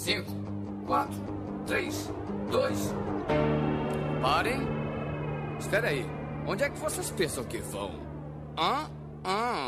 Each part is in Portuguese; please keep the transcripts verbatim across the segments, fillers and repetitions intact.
cinco, quatro, três, dois. Parem. Espera aí. Onde é que vocês pensam que vão? Hã? Hã?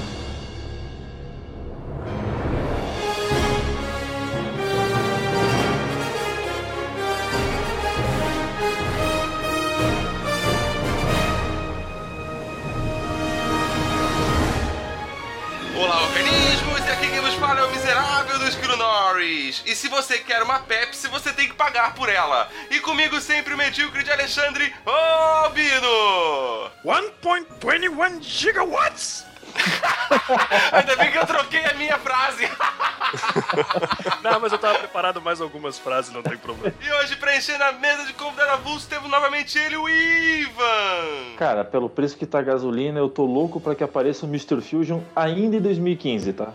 Olá, organismos! E aqui quem nos fala é o miserável do Esquilo Norris. E se você quer uma Pepsi, você tem que pagar por ela. E comigo sempre o medíocre de Alexandre Albino. one point two one gigawatts? Ainda bem que eu troquei a minha frase. Não, mas eu tava preparado mais algumas frases, não tem problema. E hoje, preenchendo a mesa de convidado avulso, temos novamente ele, o Ivan. Cara, pelo preço que tá a gasolina, eu tô louco pra que apareça o mister Fusion ainda em dois mil e quinze, tá?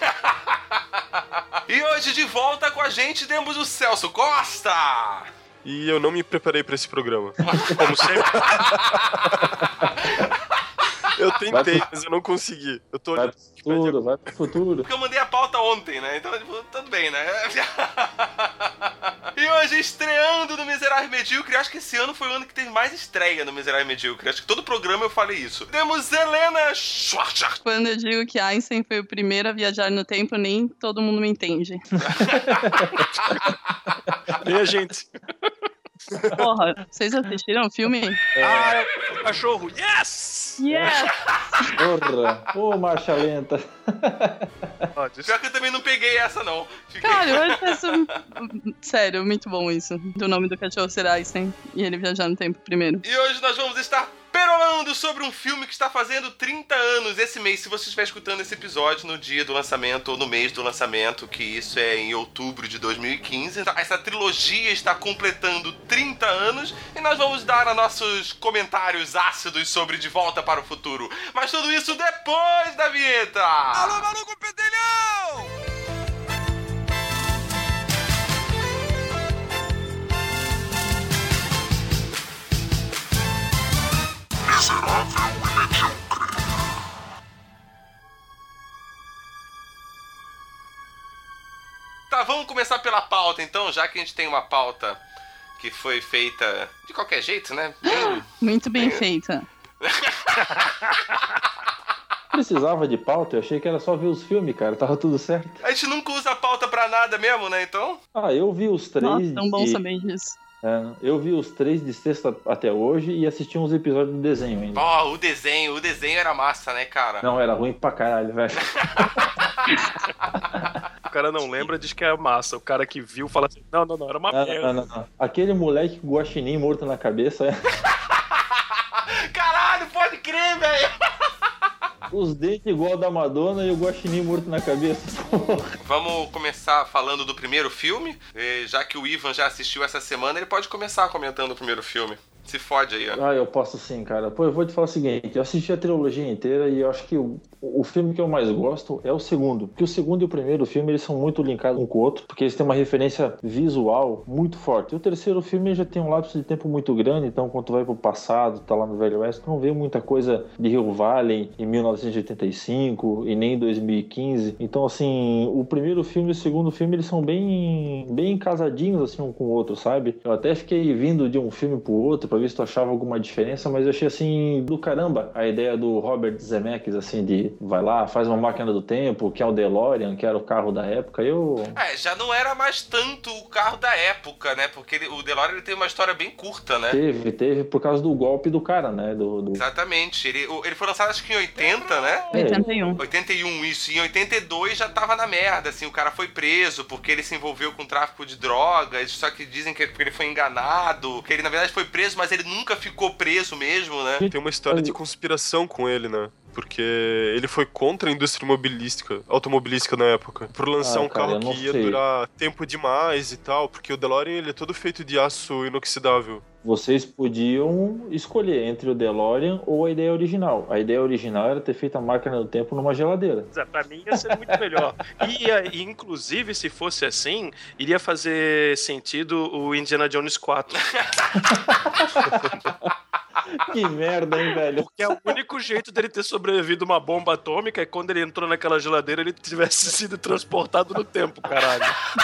E hoje, de volta com a gente, temos o Celso Costa. E eu não me preparei pra esse programa. Como sempre. Eu tentei, mas eu não consegui. Eu tô Vai pro futuro, vai pro futuro. Porque eu mandei a pauta ontem, né? Então, tipo, tudo bem, né? E hoje, estreando no Miserável Medíocre, acho que esse ano foi o ano que teve mais estreia no Miserável Medíocre. Acho que todo programa eu falei isso. Temos Helena Schwartz. Quando eu digo que Einstein foi o primeiro a viajar no tempo, nem todo mundo me entende. Nem a gente. Porra, vocês assistiram o filme? É. Ah, o cachorro. Yes! Yes! Porra! Ô, marcha lenta. Ah, des... Pior que eu também não peguei essa, não. Fiquei... Cara, eu acho isso... Sério, muito bom isso. Do nome do cachorro ser Einstein e ele viajar no tempo primeiro. E hoje nós vamos estar perolando sobre um filme que está fazendo trinta anos esse mês, se você estiver escutando esse episódio no dia do lançamento ou no mês do lançamento, que isso é em outubro de dois mil e quinze. Essa trilogia está completando trinta anos e nós vamos dar nossos comentários ácidos sobre De Volta para o Futuro. Mas tudo isso depois da vinheta! Alô, maluco pedelhão! Tá, vamos começar pela pauta então, já que a gente tem uma pauta que foi feita de qualquer jeito, né? Bem... Muito bem feita. Precisava de pauta? Eu achei que era só ver os filmes, cara. Tava tudo certo. A gente nunca usa pauta pra nada mesmo, né, então? Ah, eu vi os três... Nossa, tão bom de... saber disso. É, eu vi os três de sexta até hoje e assisti uns episódios do desenho ainda. Ó, oh, o desenho, o desenho era massa, né, cara? Não, era ruim pra caralho, velho. O cara não lembra, diz que é massa. O cara que viu fala assim, não, não, não, era uma Não, merda. não, não, não. Aquele moleque com guaxinim morto na cabeça... É... Caralho, pode crer, velho! Os dentes igual da Madonna e o guaxinim morto na cabeça. Vamos começar falando do primeiro filme. E já que o Ivan já assistiu essa semana, ele pode começar comentando o primeiro filme. Se fode aí, ó. Ah, eu posso sim, cara. Pô, eu vou te falar o seguinte, eu assisti a trilogia inteira e eu acho que o, o filme que eu mais gosto é o segundo. Porque o segundo e o primeiro filme, eles são muito linkados um com o outro, porque eles têm uma referência visual muito forte. E o terceiro filme já tem um lapso de tempo muito grande, então quando tu vai pro passado, tá lá no Velho Oeste, tu não vê muita coisa de Rio Valley em mil novecentos e oitenta e cinco e nem em dois mil e quinze. Então, assim, o primeiro filme e o segundo filme, eles são bem, bem casadinhos, assim, um com o outro, sabe? Eu até fiquei vindo de um filme pro outro, pra ver se tu achava alguma diferença, mas eu achei assim, do caramba, a ideia do Robert Zemeckis, assim, de vai lá, faz uma máquina do tempo, que é o DeLorean, que era o carro da época, eu... É, já não era mais tanto o carro da época, né? Porque ele, o DeLorean ele tem uma história bem curta, né? Teve, teve por causa do golpe do cara, né? Do, do... Exatamente. Ele, ele foi lançado acho que em oitenta, né? É. oitenta e um. oitenta e um, isso. E em oitenta e dois já tava na merda, assim, o cara foi preso porque ele se envolveu com tráfico de drogas, só que dizem que ele foi enganado, que ele na verdade foi preso, mas ele nunca ficou preso mesmo, né? Tem uma história de conspiração com ele, né? Porque ele foi contra a indústria automobilística, automobilística na época. Por lançar Ah, um cara, carro eu não que ia sei. durar tempo demais e tal. Porque o DeLorean, ele é todo feito de aço inoxidável. Vocês podiam escolher entre o DeLorean ou a ideia original. A ideia original era ter feito a máquina do tempo numa geladeira. Pra mim ia ser muito melhor. E, e, inclusive, se fosse assim, iria fazer sentido o Indiana Jones quatro. Que merda, hein, velho? Porque é o único jeito dele ter sobrevivido uma bomba atômica é quando ele entrou naquela geladeira ele tivesse sido transportado no tempo, caralho.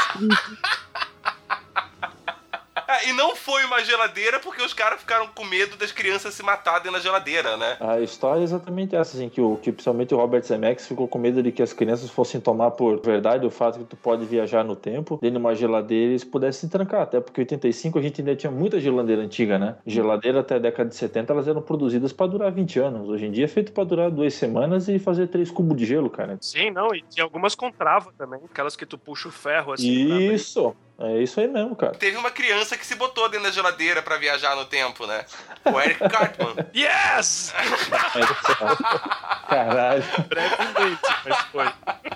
É, e não foi uma geladeira porque os caras ficaram com medo das crianças se matarem na geladeira, né? A história é exatamente essa, assim, que, o, que principalmente o Robert Zemeckis ficou com medo de que as crianças fossem tomar por verdade o fato que tu pode viajar no tempo, dentro de uma geladeira e eles pudessem se trancar, até porque em oitenta e cinco a gente ainda tinha muita geladeira antiga, né? Geladeira até a década de setenta, elas eram produzidas pra durar vinte anos. Hoje em dia é feito pra durar duas semanas e fazer três cubos de gelo, cara. Sim, não, e tinha algumas com trava também, aquelas que tu puxa o ferro assim. Isso! É isso aí mesmo, cara. Teve uma criança que se botou dentro da geladeira pra viajar no tempo, né? O Eric Cartman. Yes! Caralho. Brevemente, mas foi.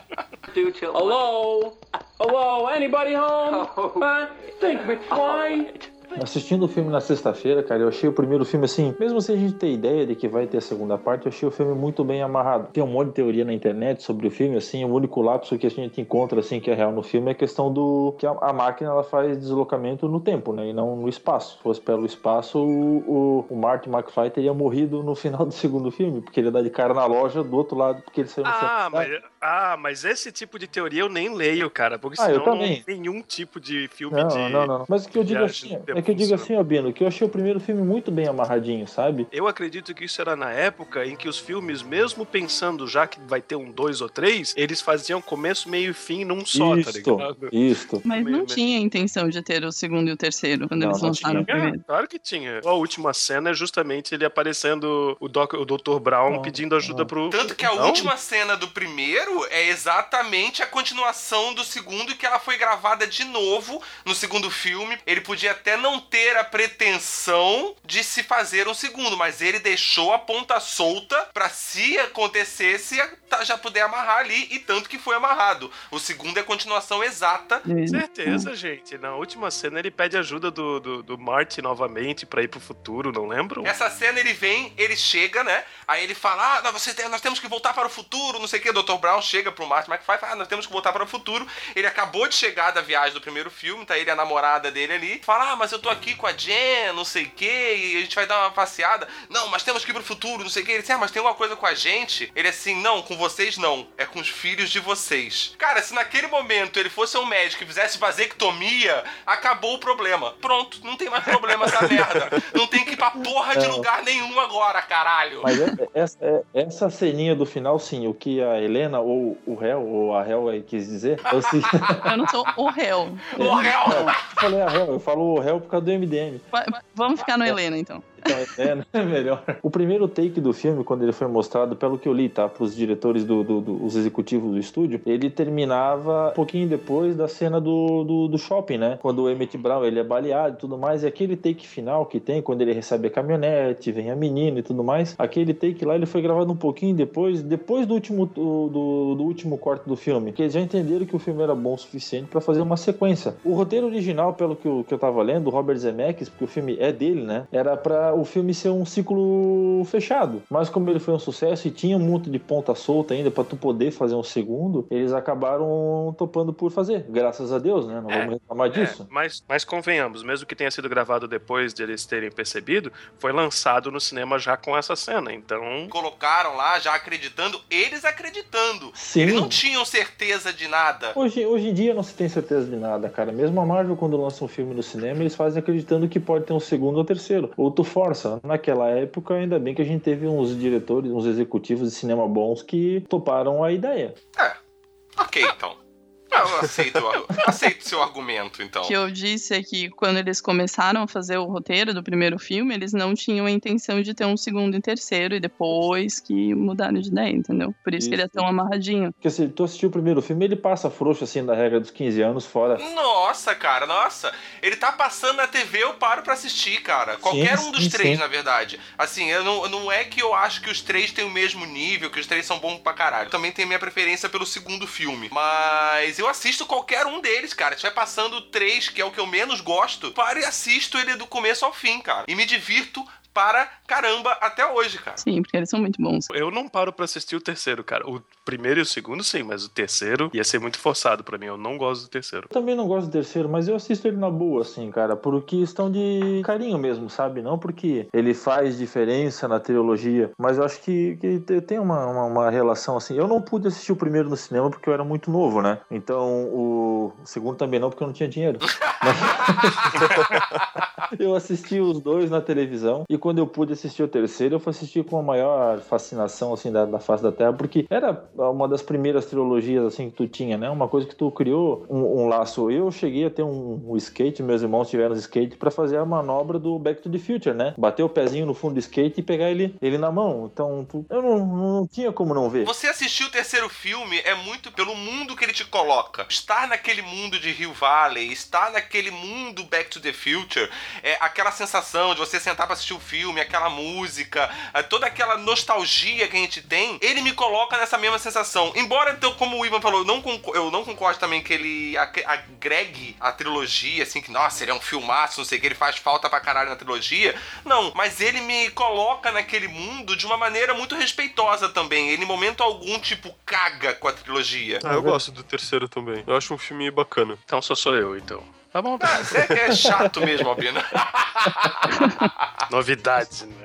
Hello? Hello? Anybody home? Huh? Think me fine? Assistindo o filme na sexta-feira, cara, eu achei o primeiro filme assim, mesmo sem a gente ter ideia de que vai ter a segunda parte, eu achei o filme muito bem amarrado. Tem um monte de teoria na internet sobre o filme, assim, o único lapso que a gente encontra, assim, que é real no filme é a questão do que a, a máquina, ela faz deslocamento no tempo, né, e não no espaço. Se fosse pelo espaço, o, o, o Marty McFly teria morrido no final do segundo filme, porque ele dá de cara na loja do outro lado, porque ele saiu no ah, mas, ah, mas esse tipo de teoria eu nem leio, cara, porque ah, senão não tem nenhum tipo de filme não, de... Não, não, não. Mas o que eu digo assim, é que eu digo assim, Albino, que eu achei o primeiro filme muito bem amarradinho, sabe? Eu acredito que isso era na época em que os filmes, mesmo pensando já que vai ter um dois ou três, eles faziam começo, meio e fim num só, isto, tá ligado? Isso. Mas não tinha intenção de ter o segundo e o terceiro quando não, eles não lançaram tinha. o primeiro. É, claro que tinha. A última cena é justamente ele aparecendo, o, doc, o doutor Brown não, pedindo ajuda não. pro... Tanto que a não? última cena do primeiro é exatamente a continuação do segundo, que ela foi gravada de novo no segundo filme. Ele podia até não ter a pretensão de se fazer um segundo, mas ele deixou a ponta solta pra, se acontecesse, já poder amarrar ali, e tanto que foi amarrado. O segundo é a continuação exata. Com certeza, gente. Na última cena ele pede ajuda do, do, do Marty novamente pra ir pro futuro, não lembram? Essa cena ele vem, ele chega, né? Aí ele fala, ah, você tem, nós temos que voltar para o futuro, não sei o que. O doutor Brown chega pro Marty McFly e fala, ah, nós temos que voltar para o futuro. Ele acabou de chegar da viagem do primeiro filme, tá ele e a namorada dele ali. Fala, ah, mas eu tô aqui com a Jen, não sei o que, e a gente vai dar uma passeada. Não, mas temos que ir pro futuro, não sei o que. Ele disse, ah, mas tem alguma coisa com a gente? Ele assim, não, com vocês não, é com os filhos de vocês. Cara, se naquele momento ele fosse um médico e fizesse vasectomia, acabou o problema. Pronto, não tem mais problema essa merda. Não tem que ir pra porra de lugar nenhum agora, caralho. Mas é, essa, é, essa ceninha do final, sim, o que a Helena, ou o réu, ou a réu aí quis dizer, eu, assim, eu não sou o réu. O réu! Eu falei a réu, eu falo o réu por causa do M D M. Vamos ficar no Helena, então. Então, é, é melhor. O primeiro take do filme, quando ele foi mostrado, pelo que eu li, tá? Pros diretores, do, do, do, os executivos do estúdio, ele terminava um pouquinho depois da cena do, do, do shopping, né? Quando o Emmett Brown, ele é baleado e tudo mais, e aquele take final que tem, quando ele recebe a caminhonete, vem a menina e tudo mais, aquele take lá, ele foi gravado um pouquinho depois, depois do último, do, do, do último corte do filme, que eles já entenderam que o filme era bom o suficiente pra fazer uma sequência. O roteiro original, pelo que eu, que eu tava lendo, o Robert Zemeckis, porque o filme é dele, né? Era pra o filme ser um ciclo fechado. Mas como ele foi um sucesso e tinha um monte de ponta solta ainda pra tu poder fazer um segundo, eles acabaram topando por fazer. Graças a Deus, né? Não é, vamos reclamar disso. É, mas, mas convenhamos, mesmo que tenha sido gravado depois de eles terem percebido, foi lançado no cinema já com essa cena, então... Colocaram lá, já acreditando, eles acreditando. Sim. Eles não tinham certeza de nada. Hoje, hoje em dia não se tem certeza de nada, cara. Mesmo a Marvel, quando lança um filme no cinema, eles fazem acreditando que pode ter um segundo ou terceiro. Ou tu força. Naquela época, ainda bem que a gente teve uns diretores, uns executivos de cinema bons que toparam a ideia. É, ok, então. Eu aceito, eu aceito seu argumento, então. O que eu disse é que quando eles começaram a fazer o roteiro do primeiro filme, eles não tinham a intenção de ter um segundo e terceiro, e depois que mudaram de ideia, entendeu? Por isso, isso. que ele é tão amarradinho. Porque se tu assistiu o primeiro filme, ele passa frouxo, assim, da regra dos quinze anos fora. Nossa, cara, nossa. Ele tá passando na T V, eu paro pra assistir, cara. Qualquer sim, um dos sim, três, sim. na verdade. Assim, eu não, não é que eu acho que os três têm o mesmo nível, que os três são bons pra caralho. Eu também tenho minha preferência pelo segundo filme. Mas eu assisto qualquer um deles, cara. Se estiver passando três, que é o que eu menos gosto, paro e assisto ele do começo ao fim, cara. E me divirto para caramba até hoje, cara. Sim, porque eles são muito bons. Eu não paro pra assistir o terceiro, cara. O primeiro e o segundo, sim, mas o terceiro ia ser muito forçado pra mim. Eu não gosto do terceiro. Eu também não gosto do terceiro, mas eu assisto ele na boa, assim, cara, por questão de carinho mesmo, sabe? Não porque ele faz diferença na trilogia, mas eu acho que, que tem uma, uma, uma relação, assim. Eu não pude assistir o primeiro no cinema porque eu era muito novo, né? Então, o, o segundo também não, porque eu não tinha dinheiro. Mas... eu assisti os dois na televisão, e quando eu pude assistir o terceiro, eu fui assistir com a maior fascinação, assim, da, da face da Terra, porque era uma das primeiras trilogias, assim, que tu tinha, né? Uma coisa que tu criou um, um laço. Eu cheguei a ter um, um skate, meus irmãos tiveram um skate pra fazer a manobra do Back to the Future, né? Bater o pezinho no fundo do skate e pegar ele, ele na mão. Então, tu, eu não, não tinha como não ver. Você assistir o terceiro filme é muito pelo mundo que ele te coloca. Estar naquele mundo de Hill Valley, estar naquele mundo Back to the Future, é aquela sensação de você sentar pra assistir o filme, aquela música, toda aquela nostalgia que a gente tem, ele me coloca nessa mesma sensação. Embora, então, como o Ivan falou, eu não, concordo, eu não concordo também que ele agregue a trilogia, assim, que, nossa, ele é um filmaço, não sei o que, ele faz falta pra caralho na trilogia. Não, mas ele me coloca naquele mundo de uma maneira muito respeitosa também. Ele, em momento algum, tipo, caga com a trilogia. Ah, eu gosto do terceiro também. Eu acho um filme bacana. Então só sou eu, então. Tá bom. Ah, você é chato mesmo, Albino. Novidades, né?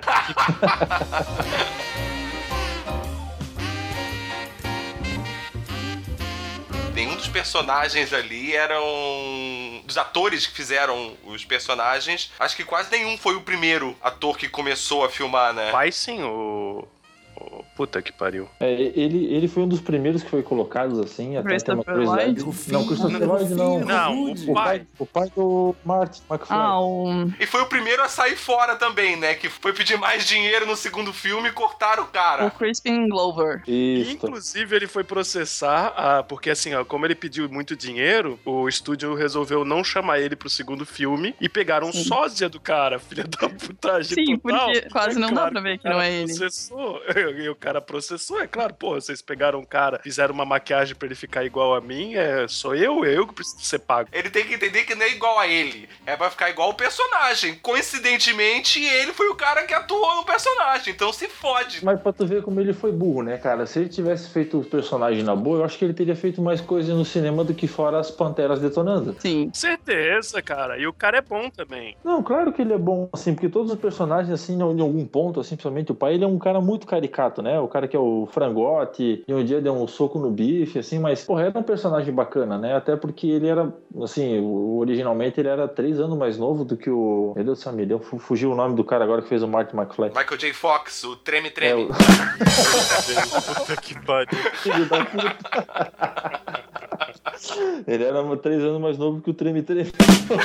Nenhum dos personagens ali eram... dos atores que fizeram os personagens, acho que quase nenhum foi o primeiro ator que começou a filmar, né? Vai sim, o... o... Puta que pariu. É, ele, ele foi um dos primeiros que foi colocados, assim, até tem uma Christopher curiosidade. Lloyd? Não, Christopher Lloyd não. Não, o O pai. pai, o pai do Martin McFly. Ah, o... E foi o primeiro a sair fora também, né? Que foi pedir mais dinheiro no segundo filme e cortaram o cara. o Crispin Glover. Isso. Inclusive, ele foi processar, ah, porque assim, ó, como ele pediu muito dinheiro, o estúdio resolveu não chamar ele pro segundo filme e pegaram um Sim. sósia do cara, filha da putagem Sim, total. porque quase não dá Claro, pra ver que o cara não é ele. Processou, e o cara processou, é claro, pô, vocês pegaram um cara, fizeram uma maquiagem pra ele ficar igual a mim, é, sou eu, é eu que preciso ser pago. Ele tem que entender que não é igual a ele. É pra ficar igual o personagem. Coincidentemente, ele foi o cara que atuou no personagem. Então se fode. Mas pra tu ver como ele foi burro, né, cara? Se ele tivesse feito o personagem na boa, eu acho que ele teria feito mais coisas no cinema do que fora as Panteras detonando. Sim. Certeza, cara, e o cara é bom também. Não, claro que ele é bom, assim, porque todos os personagens, assim, em algum ponto, assim, principalmente o pai, ele é um cara muito caricato, né? O cara que é o frangote, e um dia deu um soco no bife, assim, mas, porra, era um personagem bacana, né? Até porque ele era, assim, originalmente ele era três anos mais novo do que o... Meu Deus do céu, me deu, fugiu o nome do cara agora que fez o Martin McFly. Michael J. Fox, o Treme Treme. É, o... Puta que pariu. Filho da puta. Ele era três anos mais novo que o Treme Treme.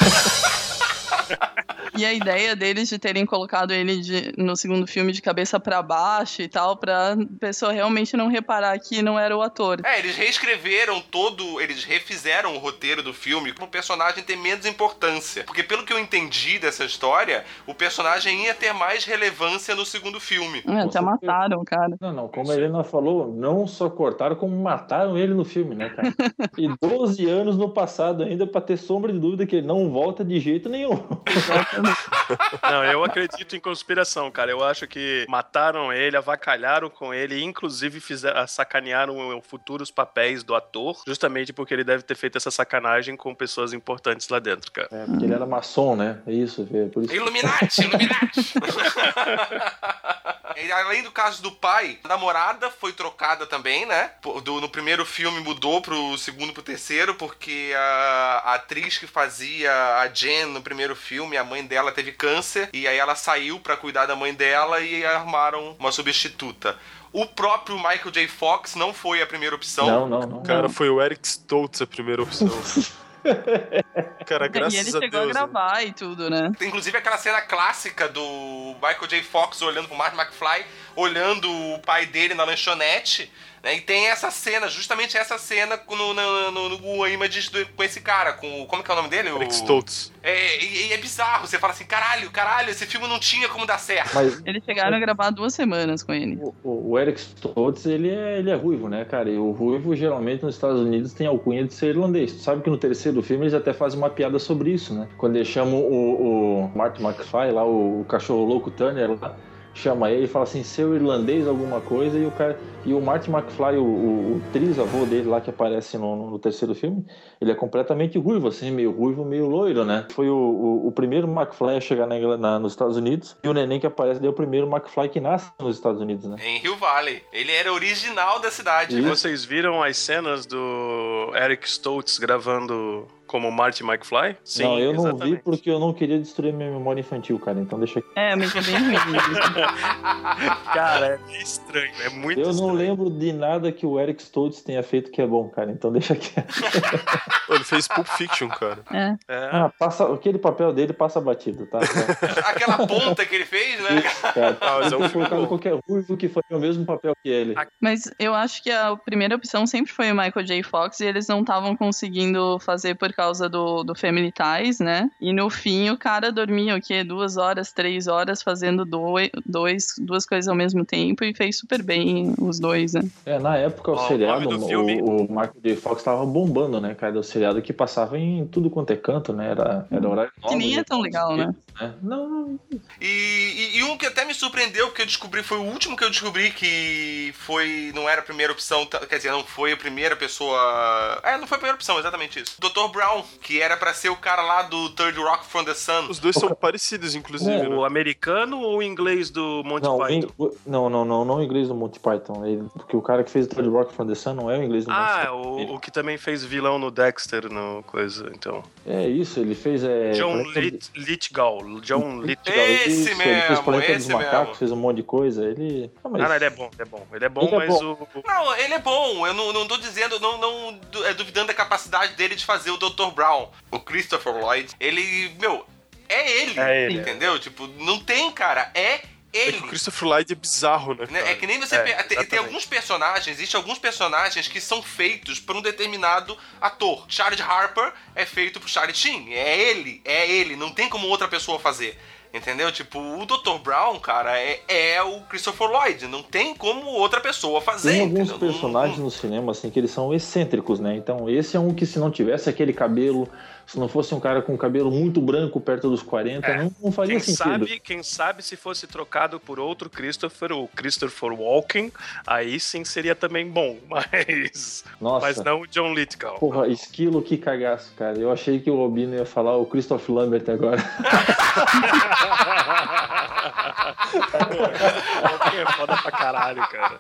E a ideia deles de terem colocado ele de, no segundo filme de cabeça pra baixo e tal, pra pessoa realmente não reparar que não era o ator. É, eles reescreveram todo... Eles refizeram o roteiro do filme pro personagem ter menos importância. Porque pelo que eu entendi dessa história, o personagem ia ter mais relevância no segundo filme. É, até mataram o cara. Não, não, como a Helena falou, não só cortaram, como mataram ele no filme, né, cara? E doze anos no passado ainda pra ter sombra de dúvida que ele não volta de jeito nenhum. Não, eu acredito em conspiração, cara. Eu acho que mataram ele, avacalharam com ele e inclusive fizeram, sacanearam futuros papéis do ator, justamente porque ele deve ter feito essa sacanagem com pessoas importantes lá dentro, cara. É, porque ele era maçom, né? É isso, é por isso. Illuminati, Illuminati! E além do caso do pai, a namorada foi trocada também, né? Do, no primeiro filme mudou pro segundo, pro terceiro, porque a, a atriz que fazia a Jen no primeiro filme, a mãe dela teve câncer, e aí ela saiu pra cuidar da mãe dela e armaram uma substituta. O próprio Michael J. Fox não foi a primeira opção. Não, não, não. Cara, foi o Eric Stoltz a primeira opção. Cara, graças e ele a chegou Deus. a gravar e tudo, né? Tem inclusive aquela cena clássica do Michael J. Fox olhando pro Martin McFly, olhando o pai dele na lanchonete, E tem essa cena, justamente essa cena no, no, no, no Google Images do, com esse cara, com... Como que é o nome dele? Eric Stoltz. É, e, e é bizarro, você fala assim, caralho, caralho, esse filme não tinha como dar certo. Mas Eles chegaram a gravar duas semanas com ele. o, o, o Eric Stoltz, ele é, ele é ruivo, né, cara? E o ruivo, geralmente, nos Estados Unidos tem alcunha de ser irlandês. Tu sabe que no terceiro filme eles até fazem uma piada sobre isso, né? Quando eles chamam o, o Marty McFly, lá, o, o cachorro louco Turner, lá, chama ele e fala assim, seu irlandês alguma coisa, e o cara e o Marty McFly, o, o, o trisavô dele lá que aparece no, no terceiro filme, ele é completamente ruivo, assim, meio ruivo, meio loiro, né? Foi o, o, o primeiro McFly a chegar na, na, nos Estados Unidos, e o neném que aparece é o primeiro McFly que nasce nos Estados Unidos, né? Em Hill Valley. Ele era original da cidade. Né? Vocês viram as cenas do Eric Stoltz gravando como Marty McFly? Sim, não, eu não exatamente. vi porque eu não queria destruir minha memória infantil, cara, então deixa aqui. É, mas é bem ruim. Cara, é estranho, é muito eu estranho. Eu não lembro de nada que o Eric Stoltz tenha feito que é bom, cara, então deixa aqui. Ele fez Pulp Fiction, cara. É. É. Ah, passa, aquele papel dele passa batido, tá? Aquela ponta que ele fez, né? Isso, cara. Ah, mas é um filme bom. Qualquer ruivo que foi o mesmo papel que ele. Mas eu acho que a primeira opção sempre foi o Michael J. Fox e eles não estavam conseguindo fazer por causa do, do Family Ties, né? E no fim o cara dormia o quê? Duas horas, três horas fazendo dois, dois, duas coisas ao mesmo tempo e fez super bem os dois, né? É, na época o Ó, seriado, o nome do o, filme- o Michael J. Fox tava bombando, né, cara? O seriado que passava em tudo quanto é canto, né? Era, era horário Que nem nobre, é tão legal, né? né? Não, não. E, e, e um que até me surpreendeu, que eu descobri, foi o último que eu descobri que foi, não era a primeira opção, t- quer dizer, não foi a primeira pessoa... É, não foi a primeira opção, exatamente isso. doutor Brown, que era pra ser o cara lá do Third Rock from the Sun. Os dois são parecidos, inclusive, né? O americano ou o inglês do Monty Não, Python? em- não, não, não, não o inglês do Monty Python. Ele, porque o cara que fez o Third Rock from the Sun não é o inglês do Monty Ah, Python. o, o que também fez vilão no Dexter, no coisa, então. É isso, ele fez. É, John Planeta- Lit- Lithgow. John Lithgow. Esse Isso, ele fez mesmo, Planeta dos esse Macacos, mesmo. fez um monte de coisa. Ele. Ah, mas- Ah, não, ele é bom, ele é bom. Ele é bom, Ele é mas bom. o... o- Não, ele é bom, eu não, não tô dizendo, não, não du- é, duvidando da capacidade dele de fazer o doutor Brown. O Christopher Lloyd, ele, meu, é ele, É ele. entendeu? Tipo, não tem, cara, é É ele. que o Christopher Lloyd é bizarro, né? Né? cara? É que nem você... É, pe- tem, tem exatamente. alguns personagens, existem alguns personagens que são feitos por um determinado ator. Charlie Harper é feito por Charlie Sheen. É ele, é ele. Não tem como outra pessoa fazer. Entendeu? Tipo, o doutor Brown, cara, é, é o Christopher Lloyd. Não tem como outra pessoa fazer. Tem alguns entendeu? Não- personagens no cinema, assim, que eles são excêntricos, né? Então, esse é um que, se não tivesse aquele cabelo, se não fosse um cara com cabelo muito branco perto dos quarenta, É. não, não faria Quem sentido. sabe, quem sabe se fosse trocado por outro Christopher, o Christopher Walken, aí sim seria também bom, mas, Nossa. mas não o John Lithgow. Porra, esquilo, que cagaço, cara. Eu achei que o Albino ia falar o Christopher Lambert agora. Walken é foda pra caralho, cara.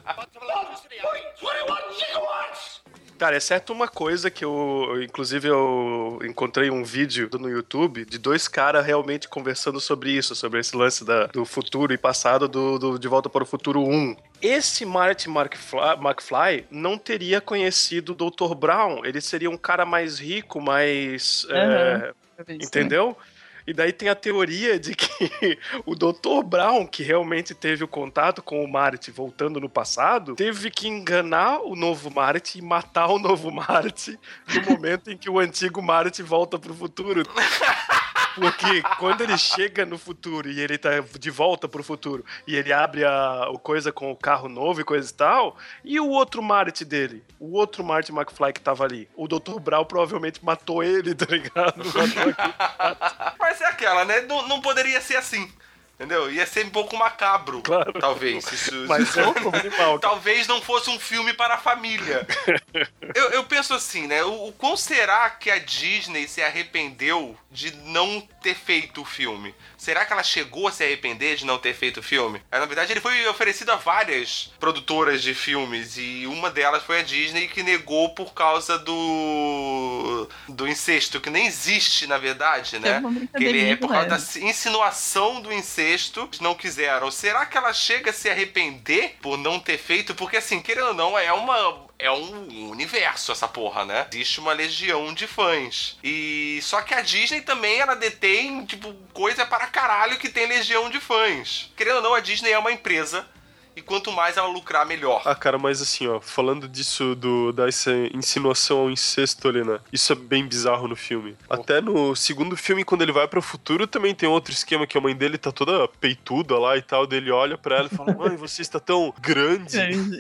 Cara, exceto uma coisa que eu, inclusive, eu encontrei um vídeo no YouTube de dois caras realmente conversando sobre isso, sobre esse lance da, do futuro e passado do, do De Volta para o Futuro um. Esse Marty McFly, McFly não teria conhecido o doutor Brown, ele seria um cara mais rico, mais... é, entendeu? E daí tem a teoria de que o doutor Brown, que realmente teve o contato com o Marty voltando no passado, teve que enganar o novo Marty e matar o novo Marty no momento em que o antigo Marty volta pro futuro. Porque quando ele chega no futuro e ele tá de volta pro futuro e ele abre a o coisa com o carro novo e coisa e tal, e o outro Marty dele, o outro Marty McFly que tava ali, o doutor Brown provavelmente matou ele, tá ligado? Matou aquele... Mas é aquela, né? Não, não poderia ser assim. Entendeu? Ia ser um pouco macabro, Claro. talvez. Isso, Mas é um animal. Talvez não fosse um filme para a família. eu, eu penso assim, né? O, o quão será que a Disney se arrependeu de não ter feito o filme? Será que ela chegou a se arrepender de não ter feito o filme? É, na verdade, ele foi oferecido a várias produtoras de filmes e uma delas foi a Disney, que negou por causa do do incesto, que nem existe, na verdade, né? Que ele é por causa da insinuação do incesto. Não quiseram. Será que ela chega a se arrepender por não ter feito? Porque, assim, querendo ou não, é uma... É um universo essa porra, né? Existe uma legião de fãs. E só que a Disney também, ela detém, tipo, coisa para caralho que tem legião de fãs. Querendo ou não, a Disney é uma empresa e quanto mais ela lucrar, melhor. Ah, cara, mas assim, ó, falando disso, do, dessa insinuação ao incesto ali, né? Isso é bem bizarro no filme. Até no segundo filme, quando ele vai pro futuro, também tem outro esquema que a mãe dele tá toda peituda lá e tal, dele olha pra ela e fala, mãe, você está tão grande.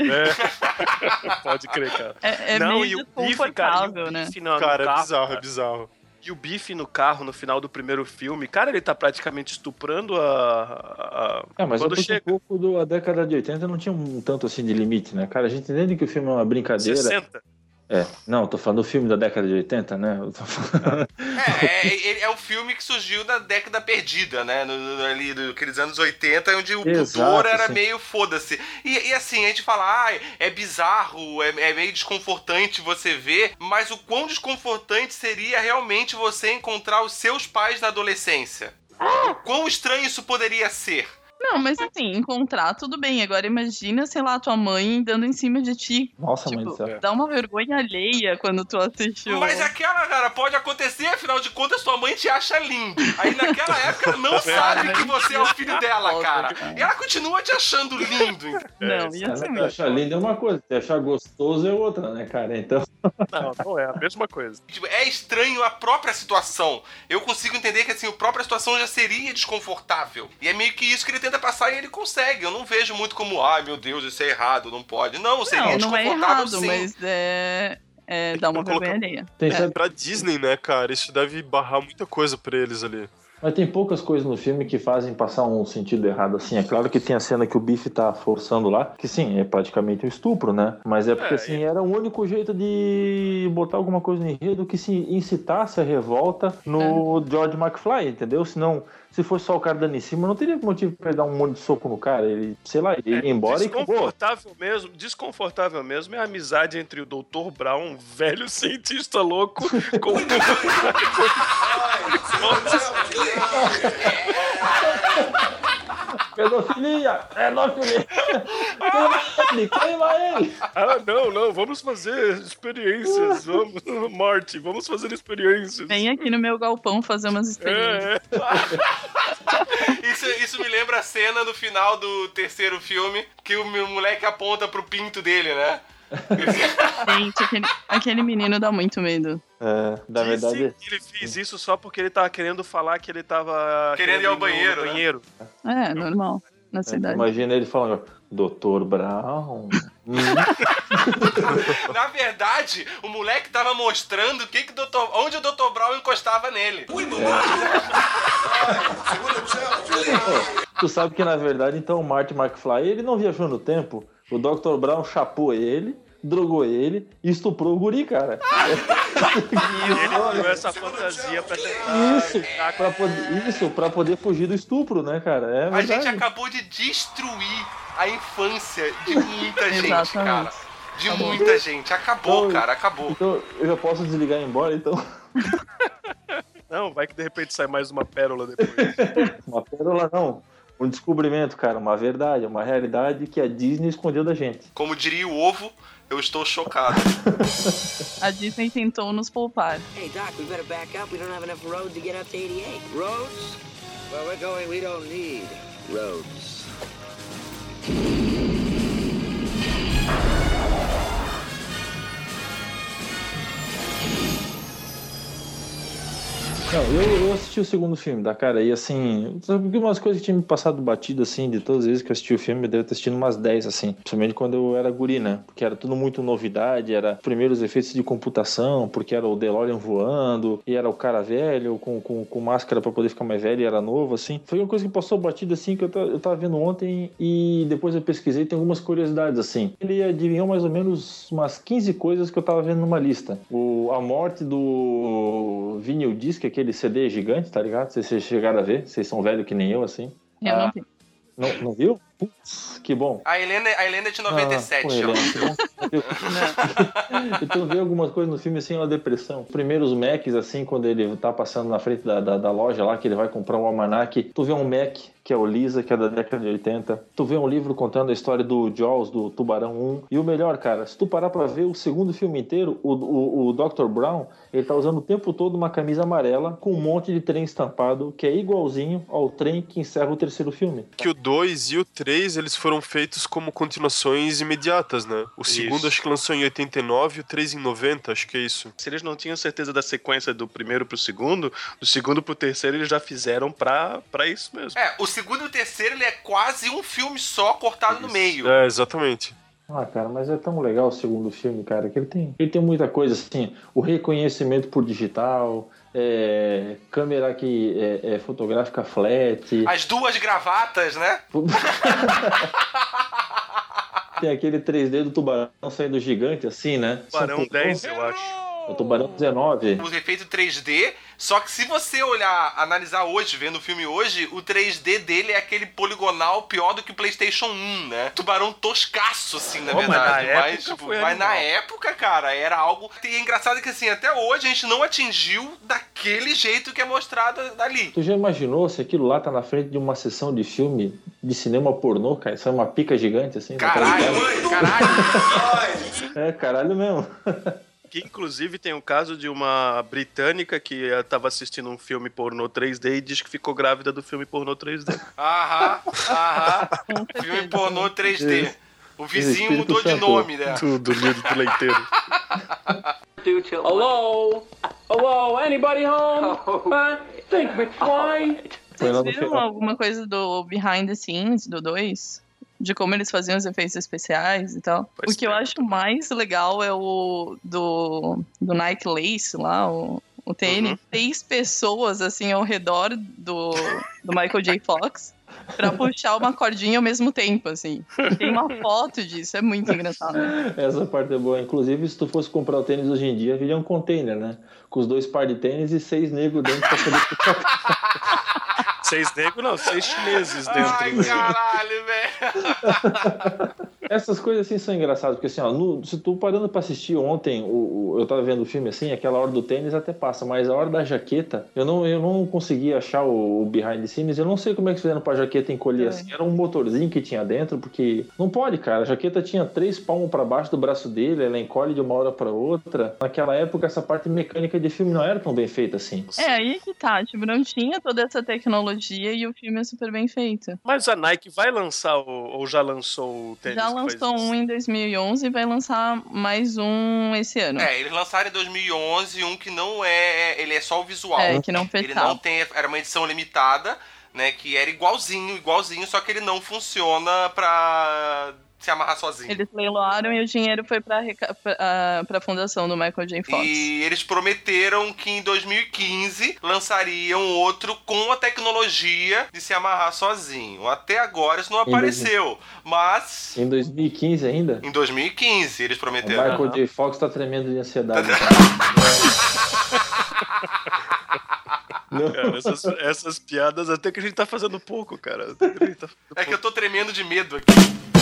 É. Pode crer, cara. É, é Não, meio e o bife, desconfortável, cara, e o né? bife no, Cara, no é carro, bizarro, cara. é bizarro. E o bife no carro, no final do primeiro filme, cara, ele tá praticamente estuprando a... a... É, mas quando eu chega. um pouco da década de oitenta não tinha um tanto assim de limite, né? Cara, a gente entende que o filme é uma brincadeira. sessenta. É, não, tô falando do filme da década de oitenta, né? Eu tô falando... É, é, é, é o filme que surgiu da década perdida, né? No, no, ali, daqueles anos oitenta, onde o Exato, pudor era sim. meio foda-se. E, e assim, a gente fala, ah, é bizarro, é, é meio desconfortante você ver, mas o quão desconfortante seria realmente você encontrar os seus pais na adolescência? O quão estranho isso poderia ser? Não, mas assim, encontrar tudo bem. Agora imagina, sei lá, tua mãe dando em cima de ti. Nossa, tipo, mãe do céu. dá uma vergonha alheia quando tu assistiu. Mas aquela, cara, pode acontecer, afinal de contas, sua mãe te acha lindo. Aí naquela época ela não sabe que você é o filho dela, cara. E ela continua te achando lindo. Não, ia ser Ela muito. achar lindo é uma coisa, achar gostoso é outra, né, cara? Então. Não, não é a mesma coisa. Tipo, é estranho a própria situação. Eu consigo entender que assim, a própria situação já seria desconfortável. E é meio que isso que ele tenta passar e ele consegue. Eu não vejo muito como, ai meu Deus, isso é errado, não pode. Não, seria Não, não é desconfortável errado, sim. mas é. É, dá uma Vou vergonha colocar- alheia. Tem, É, sabe, pra Disney, né, cara, isso deve barrar muita coisa pra eles ali. mas tem poucas coisas no filme que fazem passar um sentido errado assim. É claro que tem a cena que o Biff tá forçando lá, que sim, é praticamente um estupro, né? Mas é porque É, assim, era o único jeito de botar alguma coisa no enredo que se incitasse a revolta no George McFly, entendeu? Senão, se fosse só o cara dando em cima, não teria motivo pra ele dar um monte de soco no cara. Ele, sei lá, ele ia embora e acabou. Desconfortável mesmo, desconfortável mesmo é a amizade entre o doutor Brown, um velho cientista louco, com o Pedofilia! Pedofilia! Queima ele! Queima ele! Ah, não, não, vamos fazer experiências, vamos, Marty, vamos fazer experiências. Vem aqui no meu galpão fazer umas experiências. É, é. Isso, isso me lembra a cena no final do terceiro filme, que o meu moleque aponta pro pinto dele, né? Gente, aquele, aquele menino dá muito medo. É, na Dizem verdade. que ele fez isso só porque ele tava querendo falar que ele tava Querendo ir ao no banheiro, né? banheiro. É, normal. Na cidade. Imagina ele falando, doutor Brown. Hum. Na verdade, o moleque tava mostrando o que que o doutor, onde o doutor Brown encostava nele. Tu sabe que na verdade, então, o Marty McFly, ele não viajou no tempo. O doutor Brown chapou ele, drogou ele e estuprou o guri, cara. E ele criou essa fantasia pra tentar... Isso, pra poder, isso, pra poder fugir do estupro, né, cara? É A verdade. gente acabou de destruir a infância de muita gente, Exatamente. cara. De Acabou. muita gente. Acabou, Então, cara, acabou. Então, eu já posso desligar e ir embora, então. Não, vai que de repente sai mais uma pérola depois. Uma pérola não. Um descobrimento, cara, uma verdade, uma realidade que a Disney escondeu da gente. Como diria o ovo, eu estou chocado. A Disney tentou nos poupar. Hey, Doc, we better back up. We don't have enough road to get up to eighty-eight. Roads? Where we're going, we don't need roads. Não, eu, eu assisti o segundo filme da cara e assim, sabe umas coisas que tinha me passado batido assim, de todas as vezes que eu assisti o filme, eu devo ter assistido umas dez assim, principalmente quando eu era guri, né? Porque era tudo muito novidade, era os primeiros efeitos de computação, porque era o DeLorean voando, e era o cara velho com, com, com máscara pra poder ficar mais velho e era novo, assim. Foi uma coisa que passou batido assim, que eu, eu tava vendo ontem e depois eu pesquisei, tem algumas curiosidades assim. Ele adivinhou mais ou menos umas quinze coisas que eu tava vendo numa lista. O, a morte do Vinyl Disc, aquele C D gigante, tá ligado? Vocês chegaram a ver? Vocês são velhos que nem eu, assim. Eu ah, não vi. Não, não viu? Putz, que bom. A Helena, a Helena é de noventa e sete, ah, ó. Então vê algumas coisas no filme assim, uma depressão. Primeiro os Macs, assim, quando ele tá passando na frente da, da, da loja lá, que ele vai comprar um almanac, tu vê um Mac que é o Lisa, que é da década de oitenta. Tu vê um livro contando a história do Jaws, do Tubarão um. E o melhor, cara, se tu parar pra ver o segundo filme inteiro, o, o, o doutor Brown, ele tá usando o tempo todo uma camisa amarela com um monte de trem estampado, que é igualzinho ao trem que encerra o terceiro filme. Que o dois e o três, eles foram feitos como continuações imediatas, né? O segundo Isso. acho que lançou em oitenta e nove e o três em noventa, acho que é isso. Se eles não tinham certeza da sequência do primeiro pro segundo, do segundo pro terceiro eles já fizeram pra, pra isso mesmo. É, o segundo e o terceiro, ele é quase um filme só cortado Isso. no meio. É, exatamente. Ah, cara, mas é tão legal o segundo filme, cara, que ele tem, ele tem muita coisa, assim, o reconhecimento por digital, é, câmera que é, é fotográfica flat. As duas gravatas, né? Tem aquele três D do tubarão saindo gigante, assim, né? Tubarão dez, eu acho. O Tubarão dezenove. Os efeitos três D, só que se você olhar, analisar hoje, vendo o filme hoje, o três D dele é aquele poligonal pior do que o PlayStation um, né? Tubarão toscaço, assim, na Pô, mas verdade. na Mas, época tipo, foi mas animal. na época, cara, era algo... E é engraçado que, assim, até hoje a gente não atingiu daquele jeito que é mostrado ali. Tu já imaginou se aquilo lá tá na frente de uma sessão de filme de cinema pornô, cara? Isso é uma pica gigante, assim? Caralho, caralho. É, caralho mesmo. Que inclusive tem o caso de uma britânica que estava assistindo um filme pornô três D e diz que ficou grávida do filme pornô três D. Aham, aham. Filme pornô três D. O vizinho Espírito mudou de Santo. nome, né? Tudo lido do leiteiro. Hello? Hello? Anybody home? Huh? Think me twice. Foi lá Vocês no viram final. alguma coisa do behind the scenes do dois? De como eles faziam os efeitos especiais e tal. Faz O que eu tempo. acho mais legal é o do, do Nike Lace lá, o, o tênis. Uhum. Seis pessoas, assim, ao redor do, do Michael J. Fox pra puxar uma cordinha ao mesmo tempo, assim. Tem uma foto disso, é muito engraçado. Essa parte é boa. Inclusive, se tu fosse comprar o tênis hoje em dia, viria um container, né? Com os dois par de tênis e seis negros dentro pra poder puxar. Seis negros não, seis chineses dentro. Ai, né? caralho, velho. Essas coisas assim são engraçadas, porque assim, ó, no, se tu parando pra assistir ontem, o, o- eu tava vendo o filme assim, aquela hora do tênis até passa, mas a hora da jaqueta, eu não, eu não consegui achar o, o behind the scenes, eu não sei como é que fizeram pra jaqueta encolher É. assim, era um motorzinho que tinha dentro, porque não pode, cara, a jaqueta tinha três palmos pra baixo do braço dele, ela encolhe de uma hora pra outra. Naquela época, essa parte mecânica de filme não era tão bem feita assim. É, aí que tá, tipo, não tinha toda essa tecnologia e o filme é super bem feito. Mas a Nike vai lançar, o, ou já lançou o tênis? Já que faz lançou isso? um em dois mil e onze e vai lançar mais um esse ano. É, eles lançaram em dois mil e onze um que não é... Ele é só o visual. É, que não Ele fechava. não tem... Era uma edição limitada, né? Que era igualzinho, igualzinho, só que ele não funciona pra se amarrar sozinho. Eles leiloaram e o dinheiro foi pra, reca- pra, ah, pra fundação do Michael J. Fox. E eles prometeram que em dois mil e quinze lançariam outro com a tecnologia de se amarrar sozinho. Até agora isso não apareceu, mas Em dois mil e quinze ainda, em dois mil e quinze eles o prometeram. Michael J. Fox tá tremendo de ansiedade. Não. Cara, essas, essas piadas até que a gente tá fazendo pouco, cara. Até que a gente tá fazendo É que eu pouco. tô tremendo de medo aqui.